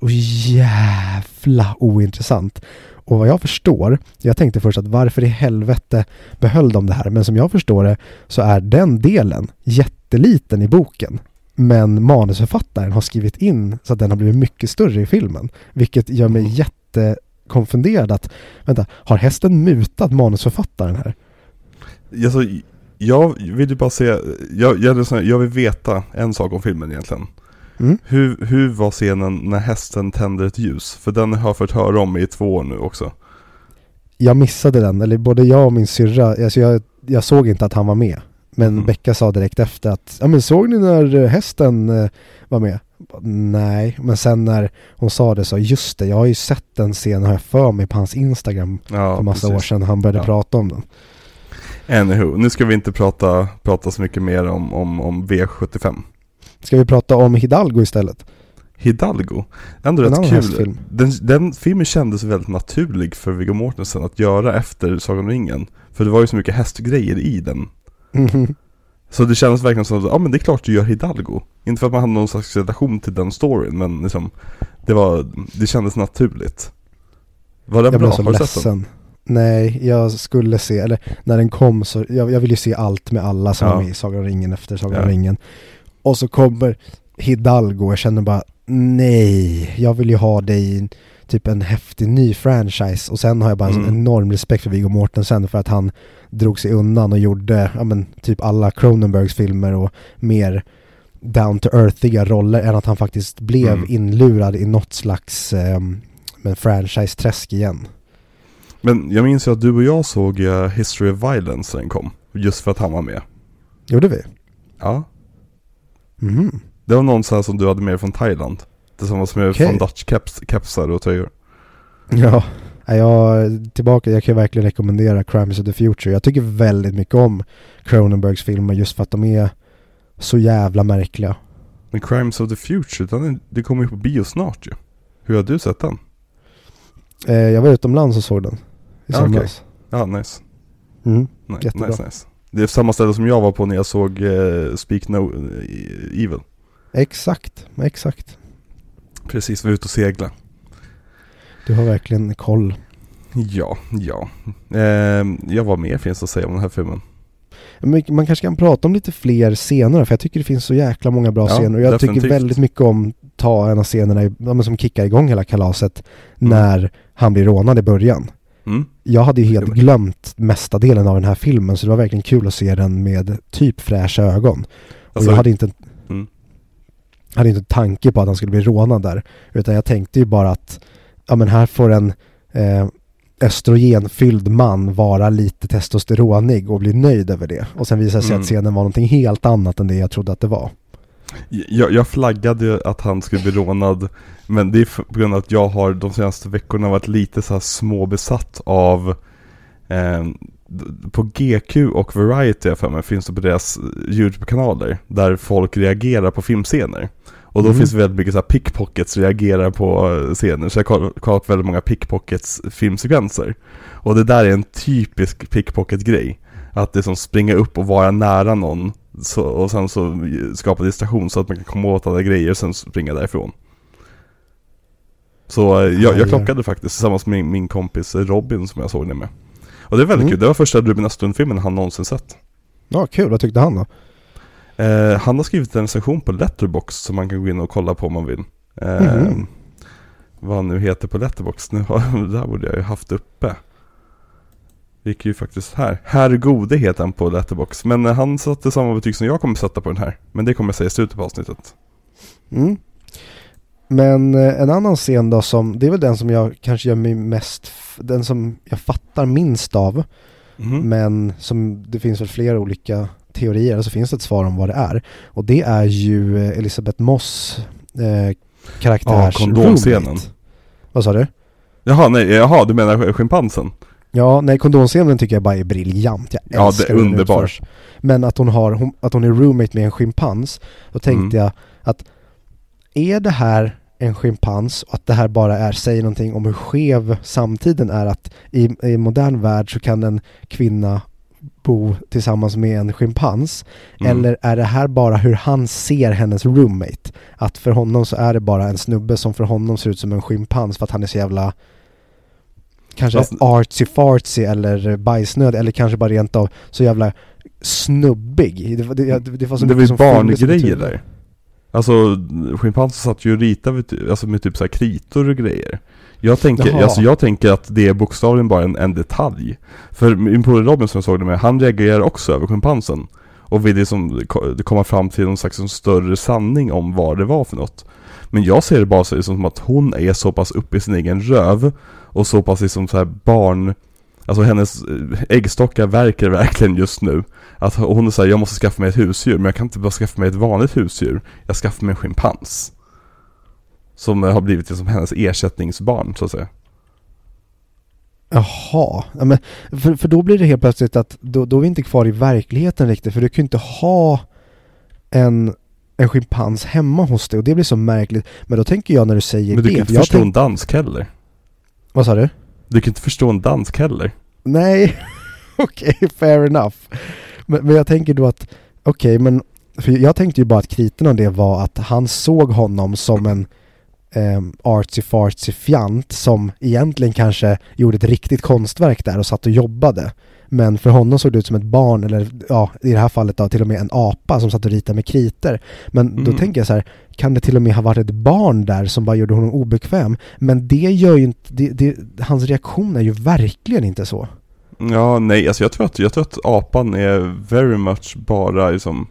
jävla ointressant. Och vad jag förstår, jag tänkte först att varför i helvete behöll de det här? Men som jag förstår det så är den delen jätteliten i boken. Men manusförfattaren har skrivit in så att den har blivit mycket större i filmen. Vilket gör mig jättekonfunderad att, vänta, har hästen mutat manusförfattaren här? Alltså, jag vill ju bara se, jag, jag, jag vill veta en sak om filmen egentligen. Mm. Hur, hur var scenen när hästen tänder ett ljus? För den har jag fått höra om i två år nu också. Jag missade den, eller både jag och min syrra, alltså jag, jag såg inte att han var med. Men Mm. Becka sa direkt efter att, ja men såg ni när hästen eh, var med? Nej, men sen när hon sa det så, just det, jag har ju sett den scenen, har jag för mig på hans Instagram Ja, för massa precis. år sedan han började Ja. prata om den. Anywho, nu ska vi inte prata, prata så mycket mer om, om, om V sjuttiofem. Ska vi prata om Hidalgo istället? Hidalgo, ändå En rätt annan kul. hästfilm. Den, den filmen kändes väldigt naturlig för Viggo Mortensen att göra efter Sagan om ringen. För det var ju så mycket hästgrejer i den. Mhm. Så det kändes verkligen som att, ja men det är klart du gör Hidalgo. Inte för att man hade någon slags relation till den storyn, men liksom, det var, det kändes naturligt. Var den Jag bra? blev så Har du sett den? ledsen. Nej, jag skulle se, eller när den kom så, jag, jag ville ju se allt med alla som Ja. var med i Sagan om ringen efter Sagan om Ja. ringen. Och så kommer Hidalgo och jag känner bara, nej, jag vill ju ha dig i typ en häftig ny franchise. Och sen har jag bara en Mm. sån enorm respekt för Viggo Mortensen för att han drog sig undan och gjorde, ja men typ alla Cronenbergs filmer och mer down to earthiga roller än att han faktiskt blev Mm. inlurad i något slags eh, men franchise-träsk igen. Men jag minns ju att du och jag såg uh, History of Violence när den kom. Just för att han var med. Gjorde vi? Ja. Mhm. Det var någon sån här som du hade med från Thailand. Tillsammans med Okej. från Dutch caps, capsar och tröjor. Ja, jag tillbaka, jag kan verkligen rekommendera Crimes of the Future. Jag tycker väldigt mycket om Cronenbergs filmer just för att de är så jävla märkliga. Men Crimes of the Future, den är, det kommer ju på bio snart ju. Hur har du sett den? Eh, jag var utomlands och såg den i Ja, somras. Ja, nice. Mm. Nej, Jättebra. nice, nice. Det är samma ställe som jag var på när jag såg uh, Speak No Evil. Exakt, exakt. Precis, var ute och segla. Du har verkligen koll. Ja, ja. Eh, jag var med, finns att säga om den här filmen. Men man kanske kan prata om lite fler scener för jag tycker det finns så jäkla många bra Ja, scener och jag definitivt. tycker väldigt mycket om ta en av scenerna i, ja, men som kickar igång hela kalaset Mm. när han blir rånad i början. Mm. Jag hade ju helt Jo. glömt mesta delen av den här filmen så det var verkligen kul att se den med typ fräscha ögon. Och Alltså, jag hade inte, mm. hade inte en tanke på att han skulle bli rånad där. Utan jag tänkte ju bara att ja, men här får en eh, östrogenfylld man vara lite testosteronig och bli nöjd över det. Och sen visade det sig Mm. att scenen var någonting helt annat än det jag trodde att det var. Jag, jag flaggade ju att han skulle bli rånad. Men det är för, på grund av att jag har de senaste veckorna varit lite så här småbesatt av eh, på G Q och Variety för mig finns det på deras YouTube-kanaler där folk reagerar på filmscener. Och då Mm. finns det väldigt mycket så här pickpockets reagerar på scener. Så jag har kollat väldigt många pickpockets filmsekvenser. Och det där är en typisk pickpocket-grej. Att det som springer upp och vara nära någon så, och sen så skapa distraktion så att man kan komma åt alla grejer och sen springa därifrån. Så eh, jag, jag klockade faktiskt tillsammans med min, min kompis Robin som jag såg det med. Och det är väldigt Mm. kul. Det var första Ruben Östlund-filmen han någonsin sett. Ja, kul. Vad tyckte han då? Eh, han har skrivit en recension på Letterboxd som man kan gå in och kolla på om man vill. Eh, Mhm. Vad han nu heter på Letterboxd. Nu har, det här borde jag ju haft uppe. Vi gick ju faktiskt här. Herr Gode heter han på Letterboxd. Men eh, han satte samma betyg som jag kommer sätta på den här. Men det kommer jag säga i slutet på avsnittet. Mm. Men eh, en annan scen då som, det är väl den som jag kanske gör mig mest, f- den som jag fattar minst av. Mhm. Men som det finns väl flera olika teorier och så finns det ett svar om vad det är. Och det är ju eh, Elisabeth Moss eh, karaktärs ja, kondomscenen. roommate. Vad sa du? Jaha, nej, jaha, du menar schimpansen? Ja, nej, kondomscenen tycker jag bara är briljant. Jag ja, det är underbart. Men att hon, har, hon, att hon är roommate med en schimpans, då tänkte mm. jag att är det här en schimpans och att det här bara är, säger någonting om hur skev samtiden är, att i, i modern värld så kan en kvinna bo tillsammans med en schimpans, mm. eller är det här bara hur han ser hennes roommate, att för honom så är det bara en snubbe som för honom ser ut som en schimpans för att han är så jävla kanske alltså, artsy fartsy eller bajsnöd, eller kanske bara rent av så jävla snubbig. Det, det, det, det var så det var barngrejer där. Alltså schimpanser satt ju och ritade alltså med typ så här kritor och grejer. Jag tänker, alltså jag tänker att det är bokstavligen bara en, en detalj. För min polare Robin som jag såg det med, han reagerar också över schimpansen och vill liksom komma fram till någon slags större sanning om vad det var för något. Men jag ser det bara så som att hon är så pass uppe i sin egen röv och så pass liksom så här barn, alltså hennes äggstockar verkar verkligen just nu att hon säger jag måste skaffa mig ett husdjur, men jag kan inte bara skaffa mig ett vanligt husdjur, jag skaffar mig en schimpans som har blivit liksom hennes ersättningsbarn så att säga. Jaha, ja, men för, för då blir det helt plötsligt att då, då är vi inte kvar i verkligheten riktigt, för du kan ju inte ha en en schimpans hemma hos dig, och det blir så märkligt. Men då tänker jag när du säger det... Men du kan det, inte förstå tänk... en dansk heller. Vad sa du? Du kan inte förstå en dansk heller. Nej, okej, okay, fair enough. Men, men jag tänker då att, okej, okay, men för jag tänkte ju bara att kriten av det var att han såg honom som en um, artsy-fartsy fjant som egentligen kanske gjorde ett riktigt konstverk där och satt och jobbade. Men för honom såg det ut som ett barn, eller ja, i det här fallet då, till och med en apa som satt och ritade med kriter. Men mm. då tänker jag så här, kan det till och med ha varit ett barn där som bara gjorde honom obekväm? Men det gör ju inte, det, det, hans reaktion är ju verkligen inte så. Ja, nej, alltså jag tror att, jag tror att apan är very much bara liksom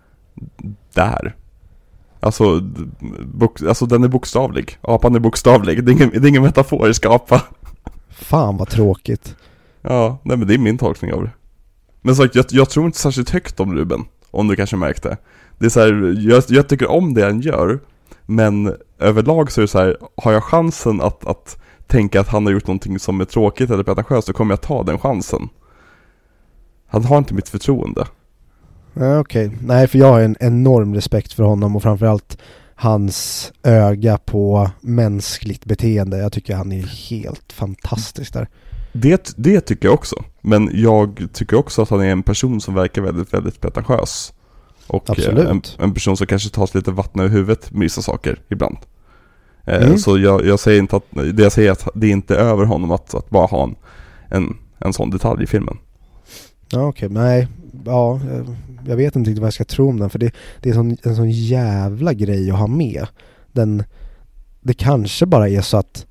där. Alltså, bok, alltså den är bokstavlig. Apan är bokstavlig, det är ingen, det är ingen metaforisk apa. Fan vad tråkigt. Ja, nej men det är min tolkning av det. Men så jag, jag tror inte särskilt högt om Ruben, om du kanske märkte. Det är så här, jag, jag tycker om det han gör, men överlag så är det så här, har jag chansen att, att tänka att han har gjort någonting som är tråkigt eller pretentiöst, så kommer jag ta den chansen. Han har inte mitt förtroende. Ja, okej. Okay. Nej, för jag har en enorm respekt för honom och framförallt hans öga på mänskligt beteende. Jag tycker han är helt fantastisk där. Det, det tycker jag också. Men jag tycker också att han är en person som verkar väldigt, väldigt pretentiös. Och en, en person som kanske tar sig lite vatten över huvudet med vissa saker ibland. Mm. Eh, så jag, jag säger inte att, det jag säger är att det är inte över honom att, att bara ha en, en, en sån detalj i filmen. Ja, okej. Okay. Nej, ja, jag vet inte vad jag ska tro om den. För det, det är sån, en sån jävla grej att ha med. Den, det kanske bara är så att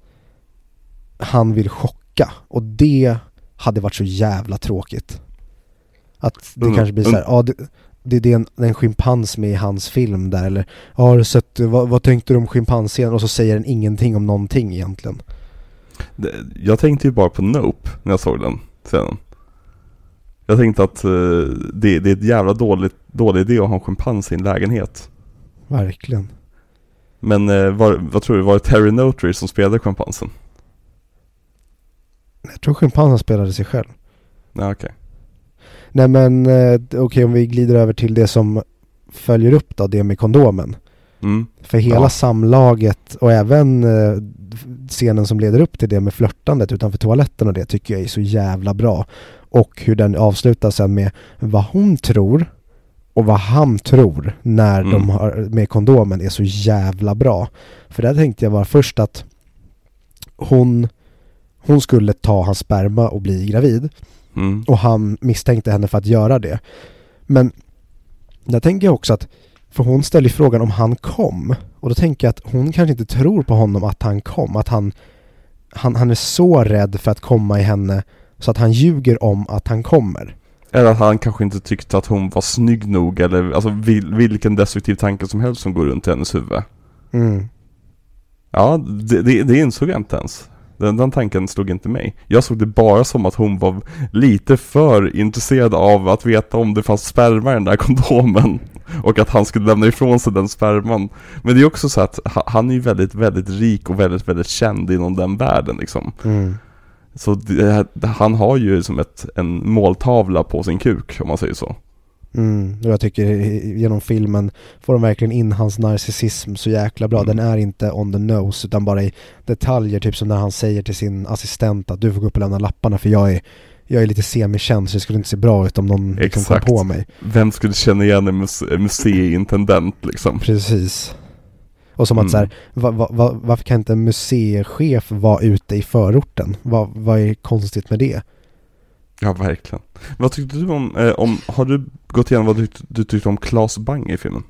han vill chocka. Och det hade varit så jävla tråkigt. Att det mm. kanske blir så här, ja, det, det, det är en, en schimpans med i hans film där. Eller, ja, har du sett, vad, vad tänkte du om schimpansen? Och så säger den ingenting om någonting egentligen. Det, jag tänkte ju bara på Nope när jag såg den sen. Jag tänkte att uh, det, det är ett jävla dåligt, dålig idé att ha en schimpans i en lägenhet. Verkligen. Men uh, var, vad tror du, var det Terry Notary som spelade schimpansen? Jag tror schimpansen spelade sig själv. Ja, okej. Okay. Nej, men uh, okej, okay, om vi glider över till det som följer upp då, det med kondomen. Mm. För hela ja. samlaget och även uh, scenen som leder upp till det med flörtandet utanför toaletten och det tycker jag är så jävla bra. Och hur den avslutas sen med vad hon tror och vad han tror när mm. de har med kondomen är så jävla bra. För där tänkte jag bara först att hon, hon skulle ta hans sperma och bli gravid. Mm. Och han misstänkte henne för att göra det. Men där tänker jag också att, för hon ställer frågan om han kom. Och då tänker jag att hon kanske inte tror på honom att han kom. Att han, han, han är så rädd för att komma i henne så att han ljuger om att han kommer. Eller att han kanske inte tyckte att hon var snygg nog. Eller alltså vil, vilken destruktiv tanke som helst som går runt i hennes huvud. Mm. Ja, det, det, det insåg jag inte ens. Den, den tanken slog inte mig. Jag såg det bara som att hon var lite för intresserad av att veta om det fanns sperma i den där kondomen. och att han skulle lämna ifrån sig den sperman. Men det är också så att han är ju väldigt, väldigt rik och väldigt, väldigt känd inom den världen liksom. Mm. Så det, han har ju som ett, en måltavla på sin kuk, om man säger så. Mm. Och jag tycker genom filmen får de verkligen in hans narcissism så jäkla bra. Mm. Den är inte on the nose utan bara i detaljer, typ som när han säger till sin assistent att du får gå upp och lämna lapparna för jag är, jag är lite semikänd så det skulle inte se bra ut om någon liksom kom på mig. Vem skulle känna igen en muse- museiintendent liksom? Precis. Och som mm. att så här, va, va, va, varför kan inte en museichef vara ute i förorten? Va, vad är konstigt med det? Ja, verkligen. Vad tyckte du om, eh, om har du gått igenom vad du, du tyckte om Claes Bang i filmen?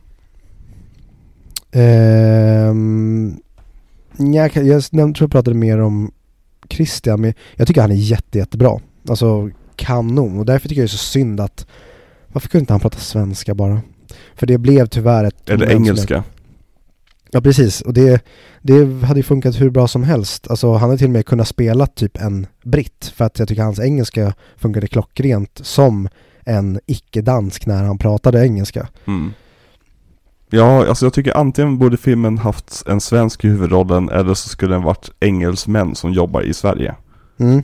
Um, jag, jag, jag tror jag pratade mer om Christian, men jag tycker han är jätte, jättebra. Alltså kanon. Och därför tycker jag det är så synd att varför kunde inte han prata svenska bara? För det blev tyvärr ett... Eller engelska. Ja, precis. Och det, det hade ju funkat hur bra som helst. Alltså han hade till och med kunnat spela typ en britt. För att jag tycker hans engelska funkade klockrent som en icke-dansk när han pratade engelska. Mm. Ja, alltså jag tycker antingen borde filmen haft en svensk i huvudrollen eller så skulle den varit engelsmän som jobbar i Sverige. Mm.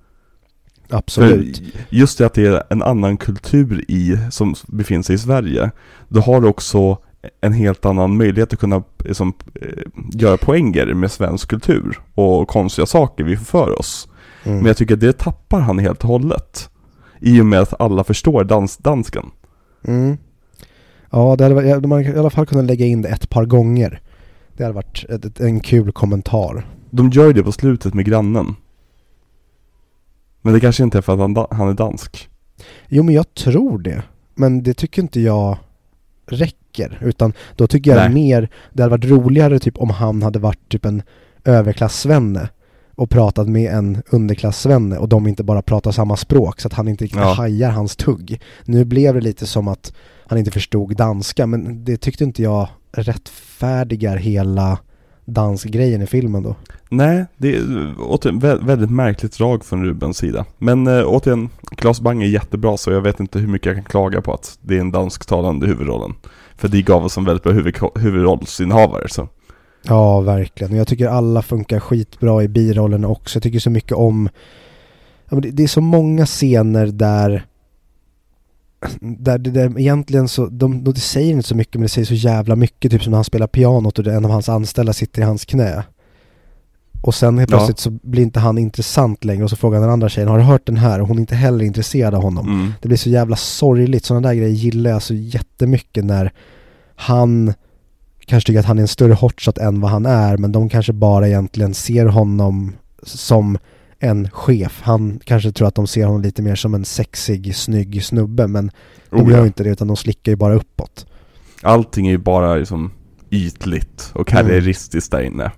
Absolut. För just det att det är en annan kultur i som befinner sig i Sverige. Då har du också en helt annan möjlighet att kunna liksom, eh, göra poänger med svensk kultur och konstiga saker vi får för oss. Mm. Men jag tycker att det tappar han helt och hållet i och med att alla förstår dans, dansken. Mm. Ja, det hade varit, man i alla fall kunnat lägga in det ett par gånger. Det hade varit ett, ett, en kul kommentar. De gör det på slutet med grannen. Men det kanske inte är för att han, han är dansk. Jo, men jag tror det. Men det tycker inte jag räcker. Utan då tycker jag det mer, det hade varit roligare typ om han hade varit typ en överklassvänne och pratat med en underklassvänne och de inte bara pratar samma språk så att han inte ja. hajar hans tugg. Nu blev det lite som att han inte förstod danska, men det tyckte inte jag rättfärdigar hela dansgrejen i filmen då. Nej, det är återigen väldigt märkligt drag från Rubens sida. Men äh, återigen, Claes Bang är jättebra så jag vet inte hur mycket jag kan klaga på att det är en dansktalande huvudrollen. För det gav oss en väldigt bra huvud, huvudrollsinnehavare så. Ja, verkligen. Jag tycker alla funkar skitbra i birollen också. Jag tycker så mycket om... Ja, men det, det är så många scener där... Där det där egentligen så... De, de säger inte så mycket, men det säger så jävla mycket. Typ som när han spelar pianot och en av hans anställda sitter i hans knä. Och sen helt plötsligt ja. så blir inte han intressant längre. Och så frågar den andra tjejen, har du hört den här? Och hon är inte heller intresserad av honom. Mm. Det blir så jävla sorgligt. Sådana där grejer gillar jag så jättemycket när han... kanske tycker att han är en större hotshot än vad han är, men de kanske bara egentligen ser honom som en chef. Han kanske tror att de ser honom lite mer som en sexig, snygg snubbe, men de oh, gör ja. inte det utan de slickar ju bara uppåt. Allting är ju bara liksom ytligt och karriäristiskt mm. där inne.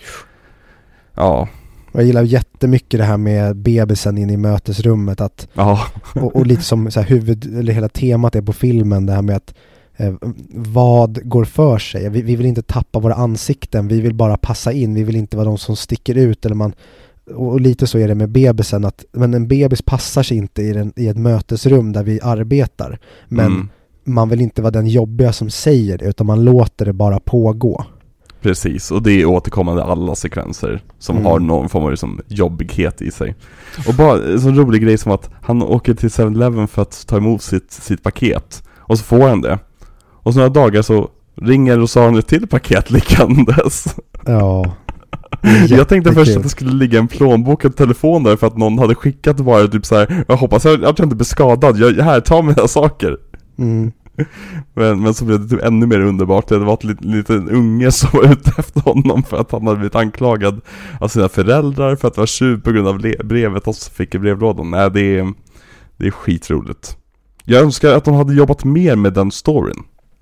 Ja. Jag gillar jättemycket det här med bebisen in i mötesrummet att, ja. och, och lite som så här huvud, eller hela temat är på filmen, det här med att Eh, vad går för sig? Vi, vi vill inte tappa våra ansikten, vi vill bara passa in, vi vill inte vara de som sticker ut eller man, och, och lite så är det med bebisen att, men en bebis passar sig inte i, den, i ett mötesrum där vi arbetar, men mm. man vill inte vara den jobbiga som säger det utan man låter det bara pågå. Precis, och det är återkommande alla sekvenser som mm. har någon form av liksom jobbighet i sig. Och bara en sån rolig grej som att han åker till seven eleven för att ta emot sitt, sitt paket och så får han det. Och så några dagar så ringer och sa han ett till paket likandes. Ja. Jag tänkte först att det skulle ligga en plånbok och telefon där för att någon hade skickat bara typ så här. Jag hoppas att jag inte blir skadad. Jag, här, ta mina saker. Mm. Men, men så blev det typ ännu mer underbart. Det var en liten unge som var ute efter honom för att han hade blivit anklagad av sina föräldrar för att vara tjuv på grund av le- brevet och så fick i brevlådan. Nej, det är, det är skitroligt. Jag önskar att de hade jobbat mer med den storyn.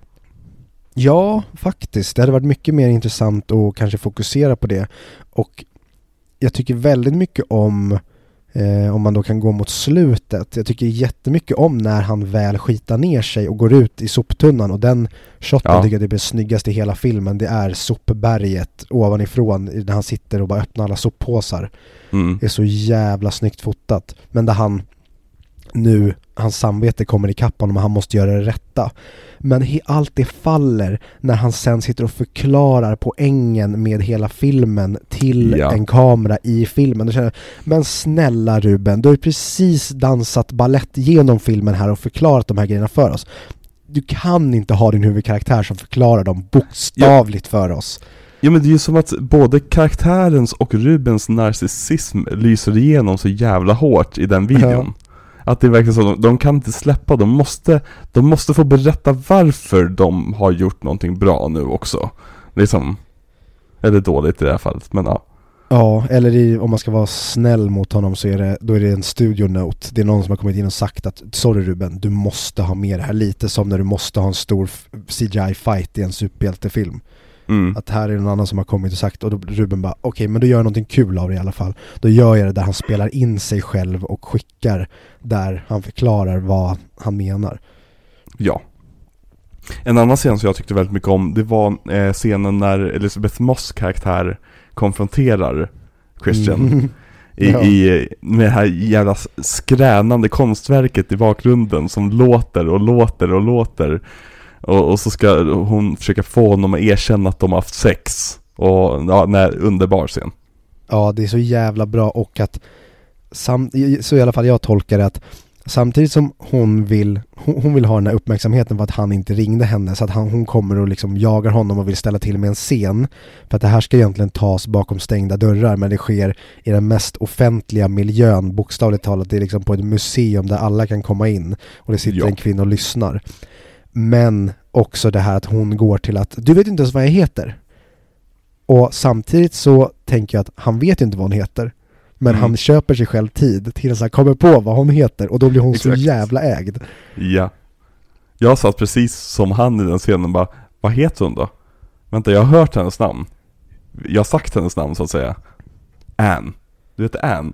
Ja, faktiskt. Det hade varit mycket mer intressant att kanske fokusera på det. Och jag tycker väldigt mycket om, eh, om man då kan gå mot slutet. Jag tycker jättemycket om när han väl skitar ner sig och går ut i soptunnan. Och den shoten ja. tycker jag det är snyggast i hela filmen. Det är sopberget ovanifrån när han sitter och bara öppnar alla soppåsar. Mm. Det är så jävla snyggt fotat. Men där han nu hans samvete kommer i kappan och han måste göra det rätta. Men he, allt det faller när han sen sitter och förklarar poängen med hela filmen till ja. en kamera i filmen. Och känner, men snälla Ruben, du har ju precis dansat ballett genom filmen här och förklarat de här grejerna för oss. Du kan inte ha din huvudkaraktär som förklarar dem bokstavligt ja. för oss. Ja, men det är ju som att både karaktärens och Rubens narcissism lyser igenom så jävla hårt i den videon. Ja. Att det är verkligen så, de, de kan inte släppa, de måste, de måste få berätta varför de har gjort någonting bra nu också. Liksom, eller dåligt i det här fallet, men ja. Ja, eller i, om man ska vara snäll mot honom så är det, då är det en studio note. Det är någon som har kommit in och sagt att sorry Ruben, du måste ha med det här, lite som när du måste ha en stor C G I-fight i en superhjältefilm. Mm. Att här är någon annan som har kommit och sagt, och då Ruben bara, okej, okay, men då gör jag någonting kul av det i alla fall. Då gör jag det där han spelar in sig själv och skickar där han förklarar vad han menar. Ja. En annan scen som jag tyckte väldigt mycket om, det var eh, scenen när Elisabeth Moss karaktär konfronterar Christian mm. i, ja. i, med det här jävla skränande konstverket i bakgrunden som låter och låter och låter. Och, och så ska hon försöka få honom att erkänna att de har haft sex. Och ja, när underbar scen. Ja, det är så jävla bra. Och att sam, så i alla fall jag tolkar det, att samtidigt som hon vill hon, hon vill ha den här uppmärksamheten för att han inte ringde henne, så att han, hon kommer och liksom jagar honom och vill ställa till med en scen för att det här ska egentligen tas bakom stängda dörrar, men det sker i den mest offentliga miljön, bokstavligt talat. Det är liksom på ett museum där alla kan komma in och det sitter ja. en kvinna och lyssnar. Men också det här att hon går till att du vet inte ens vad jag heter. Och samtidigt så tänker jag att han vet inte vad hon heter. Men mm. han köper sig själv tid tills han kommer på vad hon heter. Och då blir hon Exakt. så jävla ägd. Ja. Jag satt precis som han i den scenen och bara, vad heter hon då? Vänta, jag har hört hennes namn. Jag har sagt hennes namn så att säga. Anne. Du heter Anne.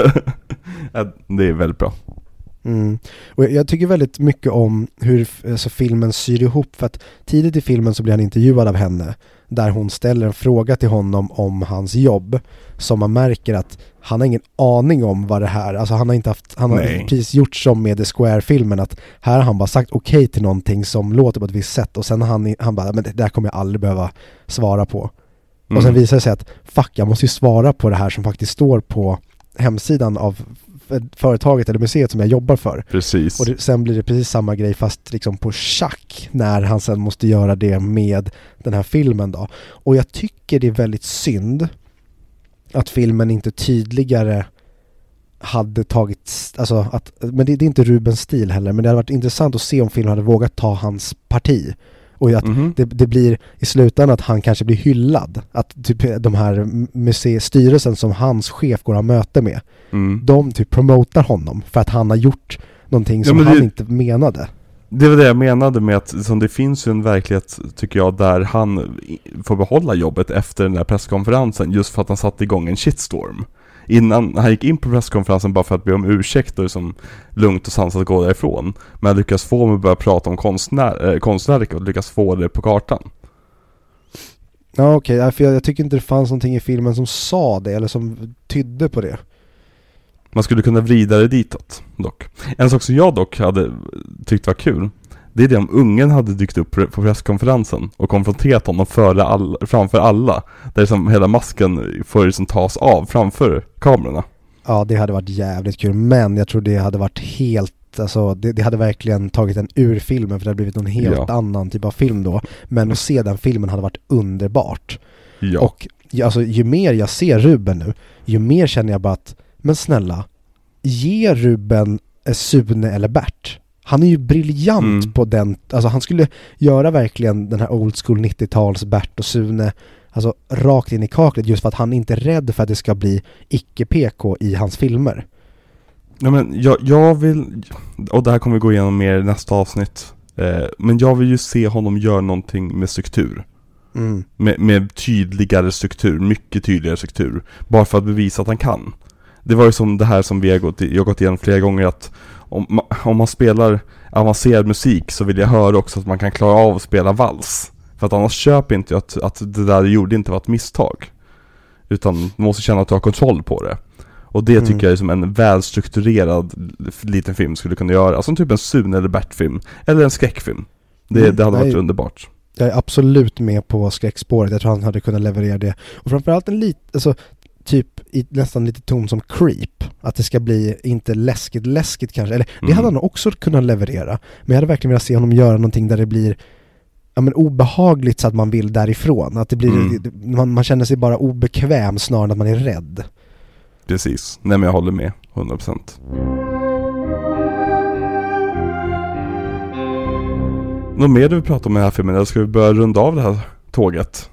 Det är väldigt bra. Mm. Och jag tycker väldigt mycket om hur alltså, filmen syr ihop, för att tidigt i filmen så blir han intervjuad av henne där hon ställer en fråga till honom om hans jobb, som man märker att han har ingen aning om vad det här, alltså han har inte haft, han har Nej. precis gjort som med The Square-filmen, att här har han bara sagt okej okay till någonting som låter på ett visst sätt och sen har han, han bara, men det där kommer jag aldrig behöva svara på. Mm. Och sen visar det sig att fuck, jag måste ju svara på det här som faktiskt står på hemsidan av företaget eller museet som jag jobbar för. Precis. Och det, sen blir det precis samma grej fast liksom på schack när han sen måste göra det med den här filmen då. Och jag tycker det är väldigt synd att filmen inte tydligare hade tagit, alltså att, men det, det är inte Rubens stil heller, men det hade varit intressant att se om filmen hade vågat ta hans parti. Och att mm-hmm. det, det blir i slutändan att han kanske blir hyllad. Att typ de här museistyrelsen som hans chef går att möte med, mm. de typ promotar honom för att han har gjort någonting som ja, han det, inte menade. Det var det jag menade med att som det finns ju en verklighet, tycker jag, där han får behålla jobbet efter den där presskonferensen just för att han satte igång en shitstorm. Innan han gick in på presskonferensen bara för att be om ursäkt och liksom lugnt och sansat gå därifrån. Men han lyckas få mig att börja prata om konstnär, äh, konstverk och lyckas få det på kartan. Ja okej, okay. jag, jag tycker inte det fanns någonting i filmen som sa det eller som tydde på det. Man skulle kunna vrida det ditåt dock. En sak som jag dock hade tyckt var kul, det är det om ungen hade dykt upp på presskonferensen och konfronterat honom före all, framför alla. Där liksom hela masken får liksom tas av framför kamerorna. Ja, det hade varit jävligt kul. Men jag tror det hade varit helt, alltså det, det hade verkligen tagit en ur filmen, för det hade blivit någon helt ja. annan typ av film då. Men att se den filmen hade varit underbart. Ja. Och alltså, ju mer jag ser Ruben nu, ju mer känner jag bara att, men snälla, ge Ruben Sune eller Bert. Han är ju briljant mm. på den, alltså han skulle göra verkligen den här old school nittio-tals Bert och Sune, alltså rakt in i kaklet, just för att han inte är rädd för att det ska bli icke-P K i hans filmer. Ja, men jag, jag vill, och det här kommer vi gå igenom mer i nästa avsnitt, eh, men jag vill ju se honom göra någonting med struktur. Mm. Med, med tydligare struktur, mycket tydligare struktur, bara för att bevisa att han kan. Det var ju som det här som vi har gått, jag har gått igenom flera gånger, att om, om man spelar avancerad musik så vill jag höra också att man kan klara av att spela vals. För att annars köper inte att, att det där du gjorde inte var ett misstag. Utan du måste känna att du har kontroll på det. Och det tycker Mm. jag är som en välstrukturerad liten film skulle kunna göra. Som typ en Sune eller Bert-film. Eller en skräckfilm. Det, Mm, det hade varit nej. underbart. Jag är absolut med på skräckspåret. Jag tror han hade kunnat leverera det. Och framförallt en lite, alltså typ i nästan lite ton som Creep. Att det ska bli inte läskigt, läskigt kanske. Eller det Mm. hade han också kunnat leverera. Men jag hade verkligen velat se honom göra någonting där det blir ja, men obehagligt så att man vill därifrån. Att det blir, Mm. man, man känner sig bara obekväm snarare än att man är rädd. Precis. Nej, men jag håller med. hundra procent. Något mer du vill prata om i den här filmen? Eller ska vi börja runda av det här tåget?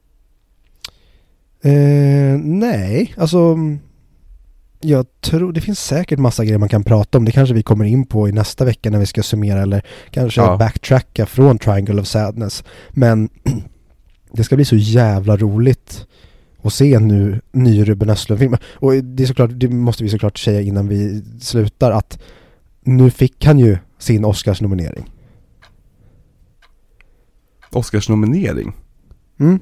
Eh, nej, alltså jag tror det finns säkert massa grejer man kan prata om. Det kanske vi kommer in på i nästa vecka när vi ska summera eller kanske Ja. backtracka från Triangle of Sadness. Men det ska bli så jävla roligt att se en nu, ny Ruben Östlund-film. Och det är såklart, det måste vi såklart säga innan vi slutar att nu fick han ju sin Oscars-nominering. Oscars nominering? Mm.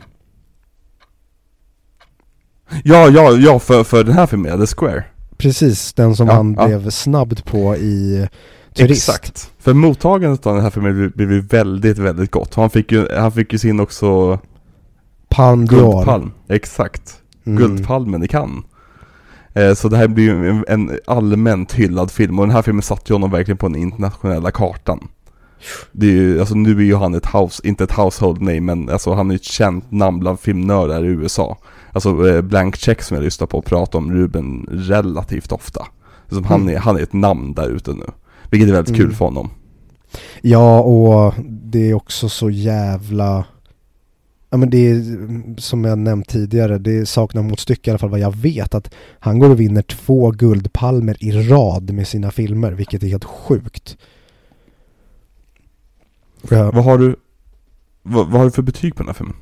Ja, ja, ja, för, för den här filmen, The Square. Precis, den som Ja, han ja. blev snabbt på i Turist. Exakt. För mottagandet av den här filmen blev ju väldigt, väldigt gott. Han fick ju, han fick ju sin också Palme d'Or. Guldpalm. Exakt. Mm. Guldpalmen i Cannes. Eh, så det här blir ju en, en allmänt hyllad film. Och den här filmen satte ju honom verkligen på den internationella kartan. Det är ju, alltså nu är ju han ett house, inte ett household name, men alltså han är ett känt namn bland filmnördar i U S A. Alltså eh, Blank Check som jag lyssnar på och pratar om Ruben relativt ofta. Alltså, mm. han, är, han är ett namn där ute nu. Vilket är väldigt Mm. kul för honom. Ja, och det är också så jävla... Ja, men det är, som jag nämnt tidigare, det saknar motstycke i alla fall vad jag vet, att han går och vinner två guldpalmer i rad med sina filmer, vilket är helt sjukt. Jag, Vad har du vad, vad har du för betyg på den här filmen?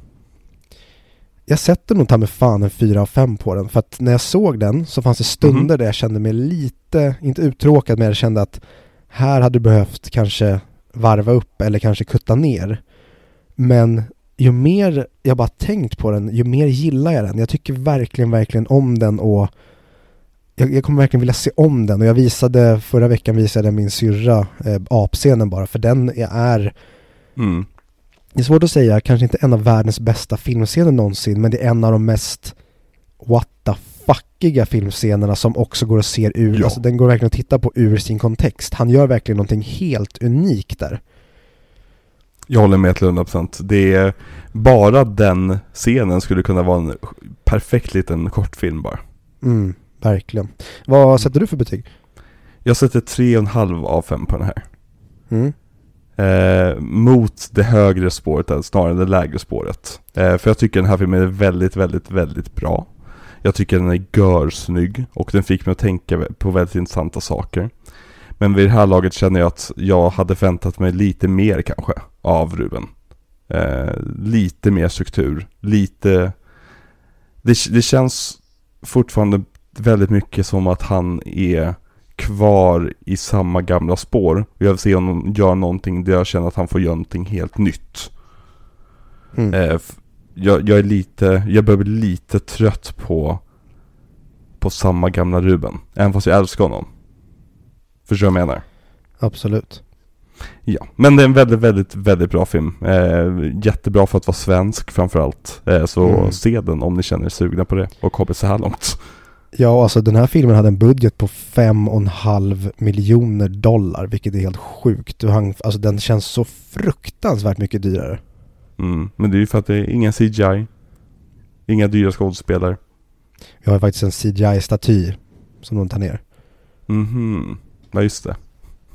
jag sätter nog ta med fan en fyra av fem på den, för att när jag såg den så fanns det stunder Mhm. där jag kände mig lite, inte uttråkad, men jag kände att här hade behövt kanske varva upp eller kanske kutta ner. Men ju mer jag bara tänkt på den, ju mer gillar jag den. Jag tycker verkligen, verkligen om den, och jag, jag kommer verkligen vilja se om den. Och jag visade, förra veckan visade jag min syrra eh, apscenen bara, för den är, Mm. det är svårt att säga, kanske inte en av världens bästa filmscener någonsin, men det är en av de mest what the fuckiga filmscenerna som också går att se ur, Ja. alltså den går verkligen att titta på ur sin kontext. Han gör verkligen någonting helt unikt där. Jag håller med till hundra procent. Det är bara den scenen skulle kunna vara en perfekt liten kortfilm bara. Mm, verkligen. Vad sätter du för betyg? Jag sätter tre och en halv av fem på den här. Mm. Eh, mot det högre spåret än snarare än det lägre spåret. Eh, för jag tycker den här filmen är väldigt, väldigt, väldigt bra. Jag tycker den är görsnygg och den fick mig att tänka på väldigt intressanta saker. Men vid det här laget känner jag att jag hade väntat mig lite mer kanske av Ruben. Eh, lite mer struktur, lite... Det, det känns fortfarande väldigt mycket som att han är kvar i samma gamla spår. Och jag vill se honom göra någonting där jag känner att han får göra någonting helt nytt. Mm. Eh, jag, jag är lite, jag börjar bli lite trött på på samma gamla Ruben. Även fast jag älskar honom. Förstår vad jag menar? Absolut. Ja, men det är en väldigt, väldigt, väldigt bra film. Eh, jättebra för att vara svensk framförallt. Eh, så Mm. se den om ni känner er sugna på det och kommer så här långt. Ja, alltså den här filmen hade en budget på fem och en halv miljoner dollar, vilket är helt sjukt. Och han, alltså den känns så fruktansvärt mycket dyrare. Mm, men det är ju för att det är ingen C G I. Inga dyra skådespelare. Vi har faktiskt en C G I-staty som de tar ner. Mhm, ja just det.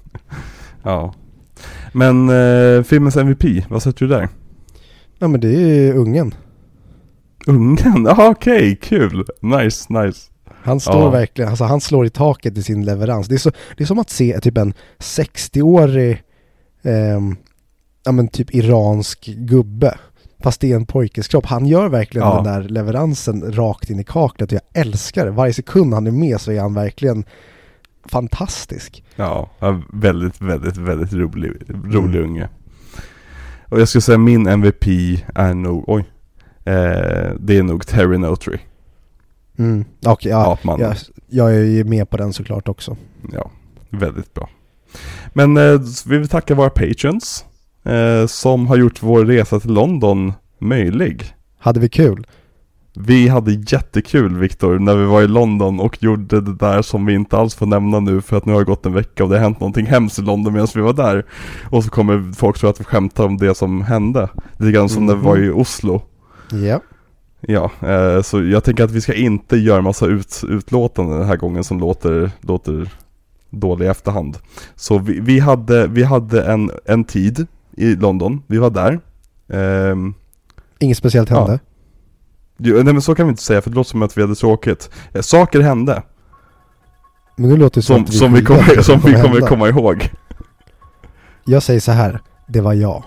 Ja. Men eh, filmens M V P, vad sätter du där? Ja, men det är ungen. Ungen? Ja, okej, okay, kul. Nice, nice. Han står Ja. verkligen, alltså han slår i taket i sin leverans. Det är, så, det är som att se typ en sextio-årig ehm, ja men typ iransk gubbe. Fast det är en pojkes kropp. Han gör verkligen Ja. den där leveransen rakt in i kaklet. Och jag älskar det. Varje sekund han är med så är han verkligen fantastisk. Ja, ja, väldigt, väldigt, väldigt rolig, rolig Mm. unge. Och jag skulle säga min M V P är nog, oj, eh, det är nog Terry Notary. Mm. Och ja, Apmannen. jag, jag är ju med på den såklart också. Ja, väldigt bra. Men eh, vi vill tacka våra patrons eh, som har gjort vår resa till London möjlig. Hade vi kul? Vi hade jättekul, Viktor, när vi var i London och gjorde det där som vi inte alls får nämna nu för att nu har det gått en vecka och det har hänt någonting hemskt i London medan vi var där. Och så kommer folk tro att vi skämtar om det som hände. Lite grann som mm. när vi var i Oslo. Ja. Ja, eh, så jag tänker att vi ska inte göra massa ut, utlåtanden den här gången som låter, låter dålig i efterhand. Så vi, vi hade, vi hade en, en tid i London, vi var där. Eh, Inget speciellt hände? Ja. Jo, nej men så kan vi inte säga för det låter som att vi hade tråkigt. Eh, saker hände. Men nu låter det som, som, att vi, som vi kommer, kommer, som vi kommer hända. komma ihåg. Jag säger så här, det var jag.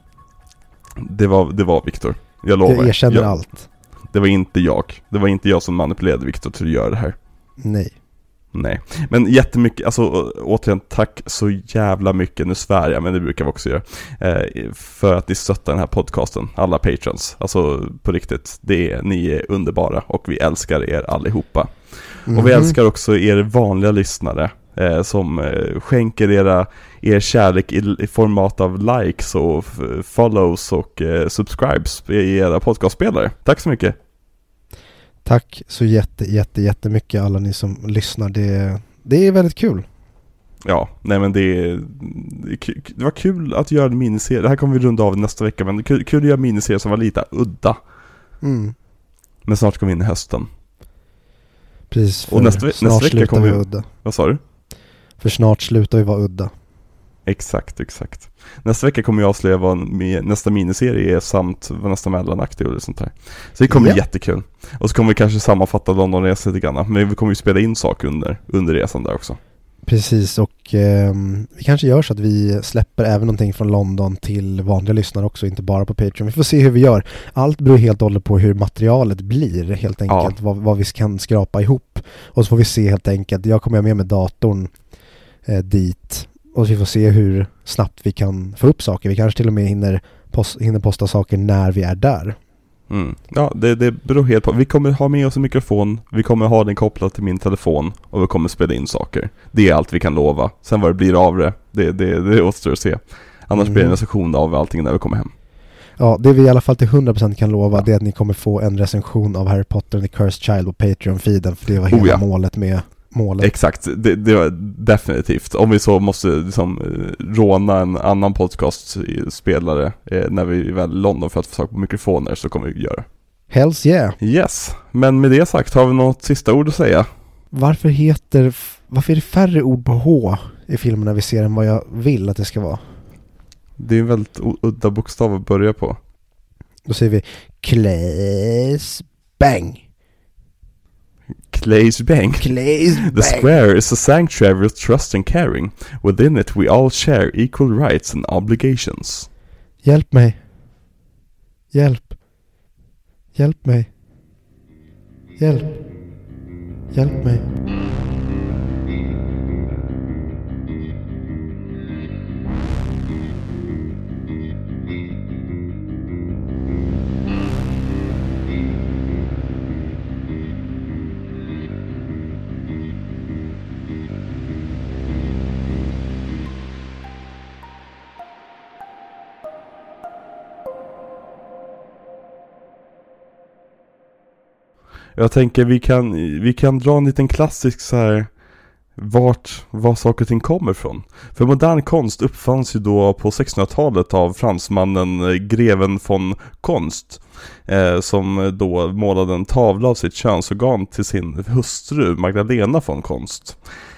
Det var, det var Viktor. Jag lovar. Jag erkänner jag, allt. Det var inte jag. Det var inte jag som manipulerade Viktor till att göra det här. Nej. Nej. Men jättemycket, alltså återigen tack så jävla mycket. Nu svär jag, men det brukar vi också göra. Eh, för att ni stöttar den här podcasten. Alla patrons. Alltså på riktigt. Det är, ni är underbara och vi älskar er allihopa. Mm-hmm. Och vi älskar också er vanliga lyssnare. Eh, som eh, skänker era, er kärlek i, i format av likes och f- follows och eh, subscribes i era podcastspelare. Tack så mycket. Tack så jätte, jätte, jättemycket alla ni som lyssnar. Det, det är väldigt kul. Ja, nej men det, det, det var kul att göra en miniserie. Det här kommer vi runda av nästa vecka. Men det kul, kul att göra en miniserie som var lite udda. Mm. Men snart kommer vi in i hösten. Precis, för och nästa, snart nästa vecka slutar kommer vi vi udda. Vad sa du? För snart slutar vi vara udda. Exakt, exakt. Nästa vecka kommer jag avslöja vad nästa miniserie är samt vad nästa mellanakt är och sånt där. Så det kommer ja. bli jättekul. Och så kommer vi kanske sammanfatta Londonresan lite grann. Men vi kommer ju spela in saker under, under resan där också. Precis, och eh, vi kanske gör så att vi släpper även någonting från London till vanliga lyssnare också, inte bara på Patreon. Vi får se hur vi gör. Allt beror helt och hållet på hur materialet blir, helt enkelt. Ja. Vad, vad vi kan skrapa ihop. Och så får vi se helt enkelt. Jag kommer med med datorn eh, dit. Och så vi får se hur snabbt vi kan få upp saker. Vi kanske till och med hinner, post, hinner posta saker när vi är där. Mm. Ja, det, det beror helt på. Vi kommer ha med oss en mikrofon. Vi kommer ha den kopplad till min telefon. Och vi kommer spela in saker. Det är allt vi kan lova. Sen vad det blir av det, det, det, det återstår att se. Annars mm. blir det en recension av allting när vi kommer hem. Ja, det vi i alla fall till hundra procent kan lova, ja. det är att ni kommer få en recension av Harry Potter and the Cursed Child på Patreon-feeden. För det var hela oh, ja. målet med målet. Exakt, det, det var definitivt. Om vi så måste liksom råna en annan podcastspelare eh, när vi är väl i London för att få tag på mikrofoner, så kommer vi göra. Hells yeah. Yes, men med det sagt har vi något sista ord att säga. Varför heter varför är det färre ord på H i filmerna vi ser än vad jag vill att det ska vara? Det är en väldigt udda bokstav att börja på. Då säger vi Claes Bang. Claes Bang. Claes Bang. The square is a sanctuary of trust and caring. Within it we all share equal rights and obligations. Hjälp mig. Hjälp. Hjälp mig. Hjälp. Hjälp mig. Jag tänker vi kan, vi kan dra en liten klassisk så här, vart vad saker och ting kommer från. För modern konst uppfanns ju då på sextonhundratalet av fransmannen greven von Konst, eh, som då målade en tavla av sitt könsorgan till sin hustru Magdalena von Konst.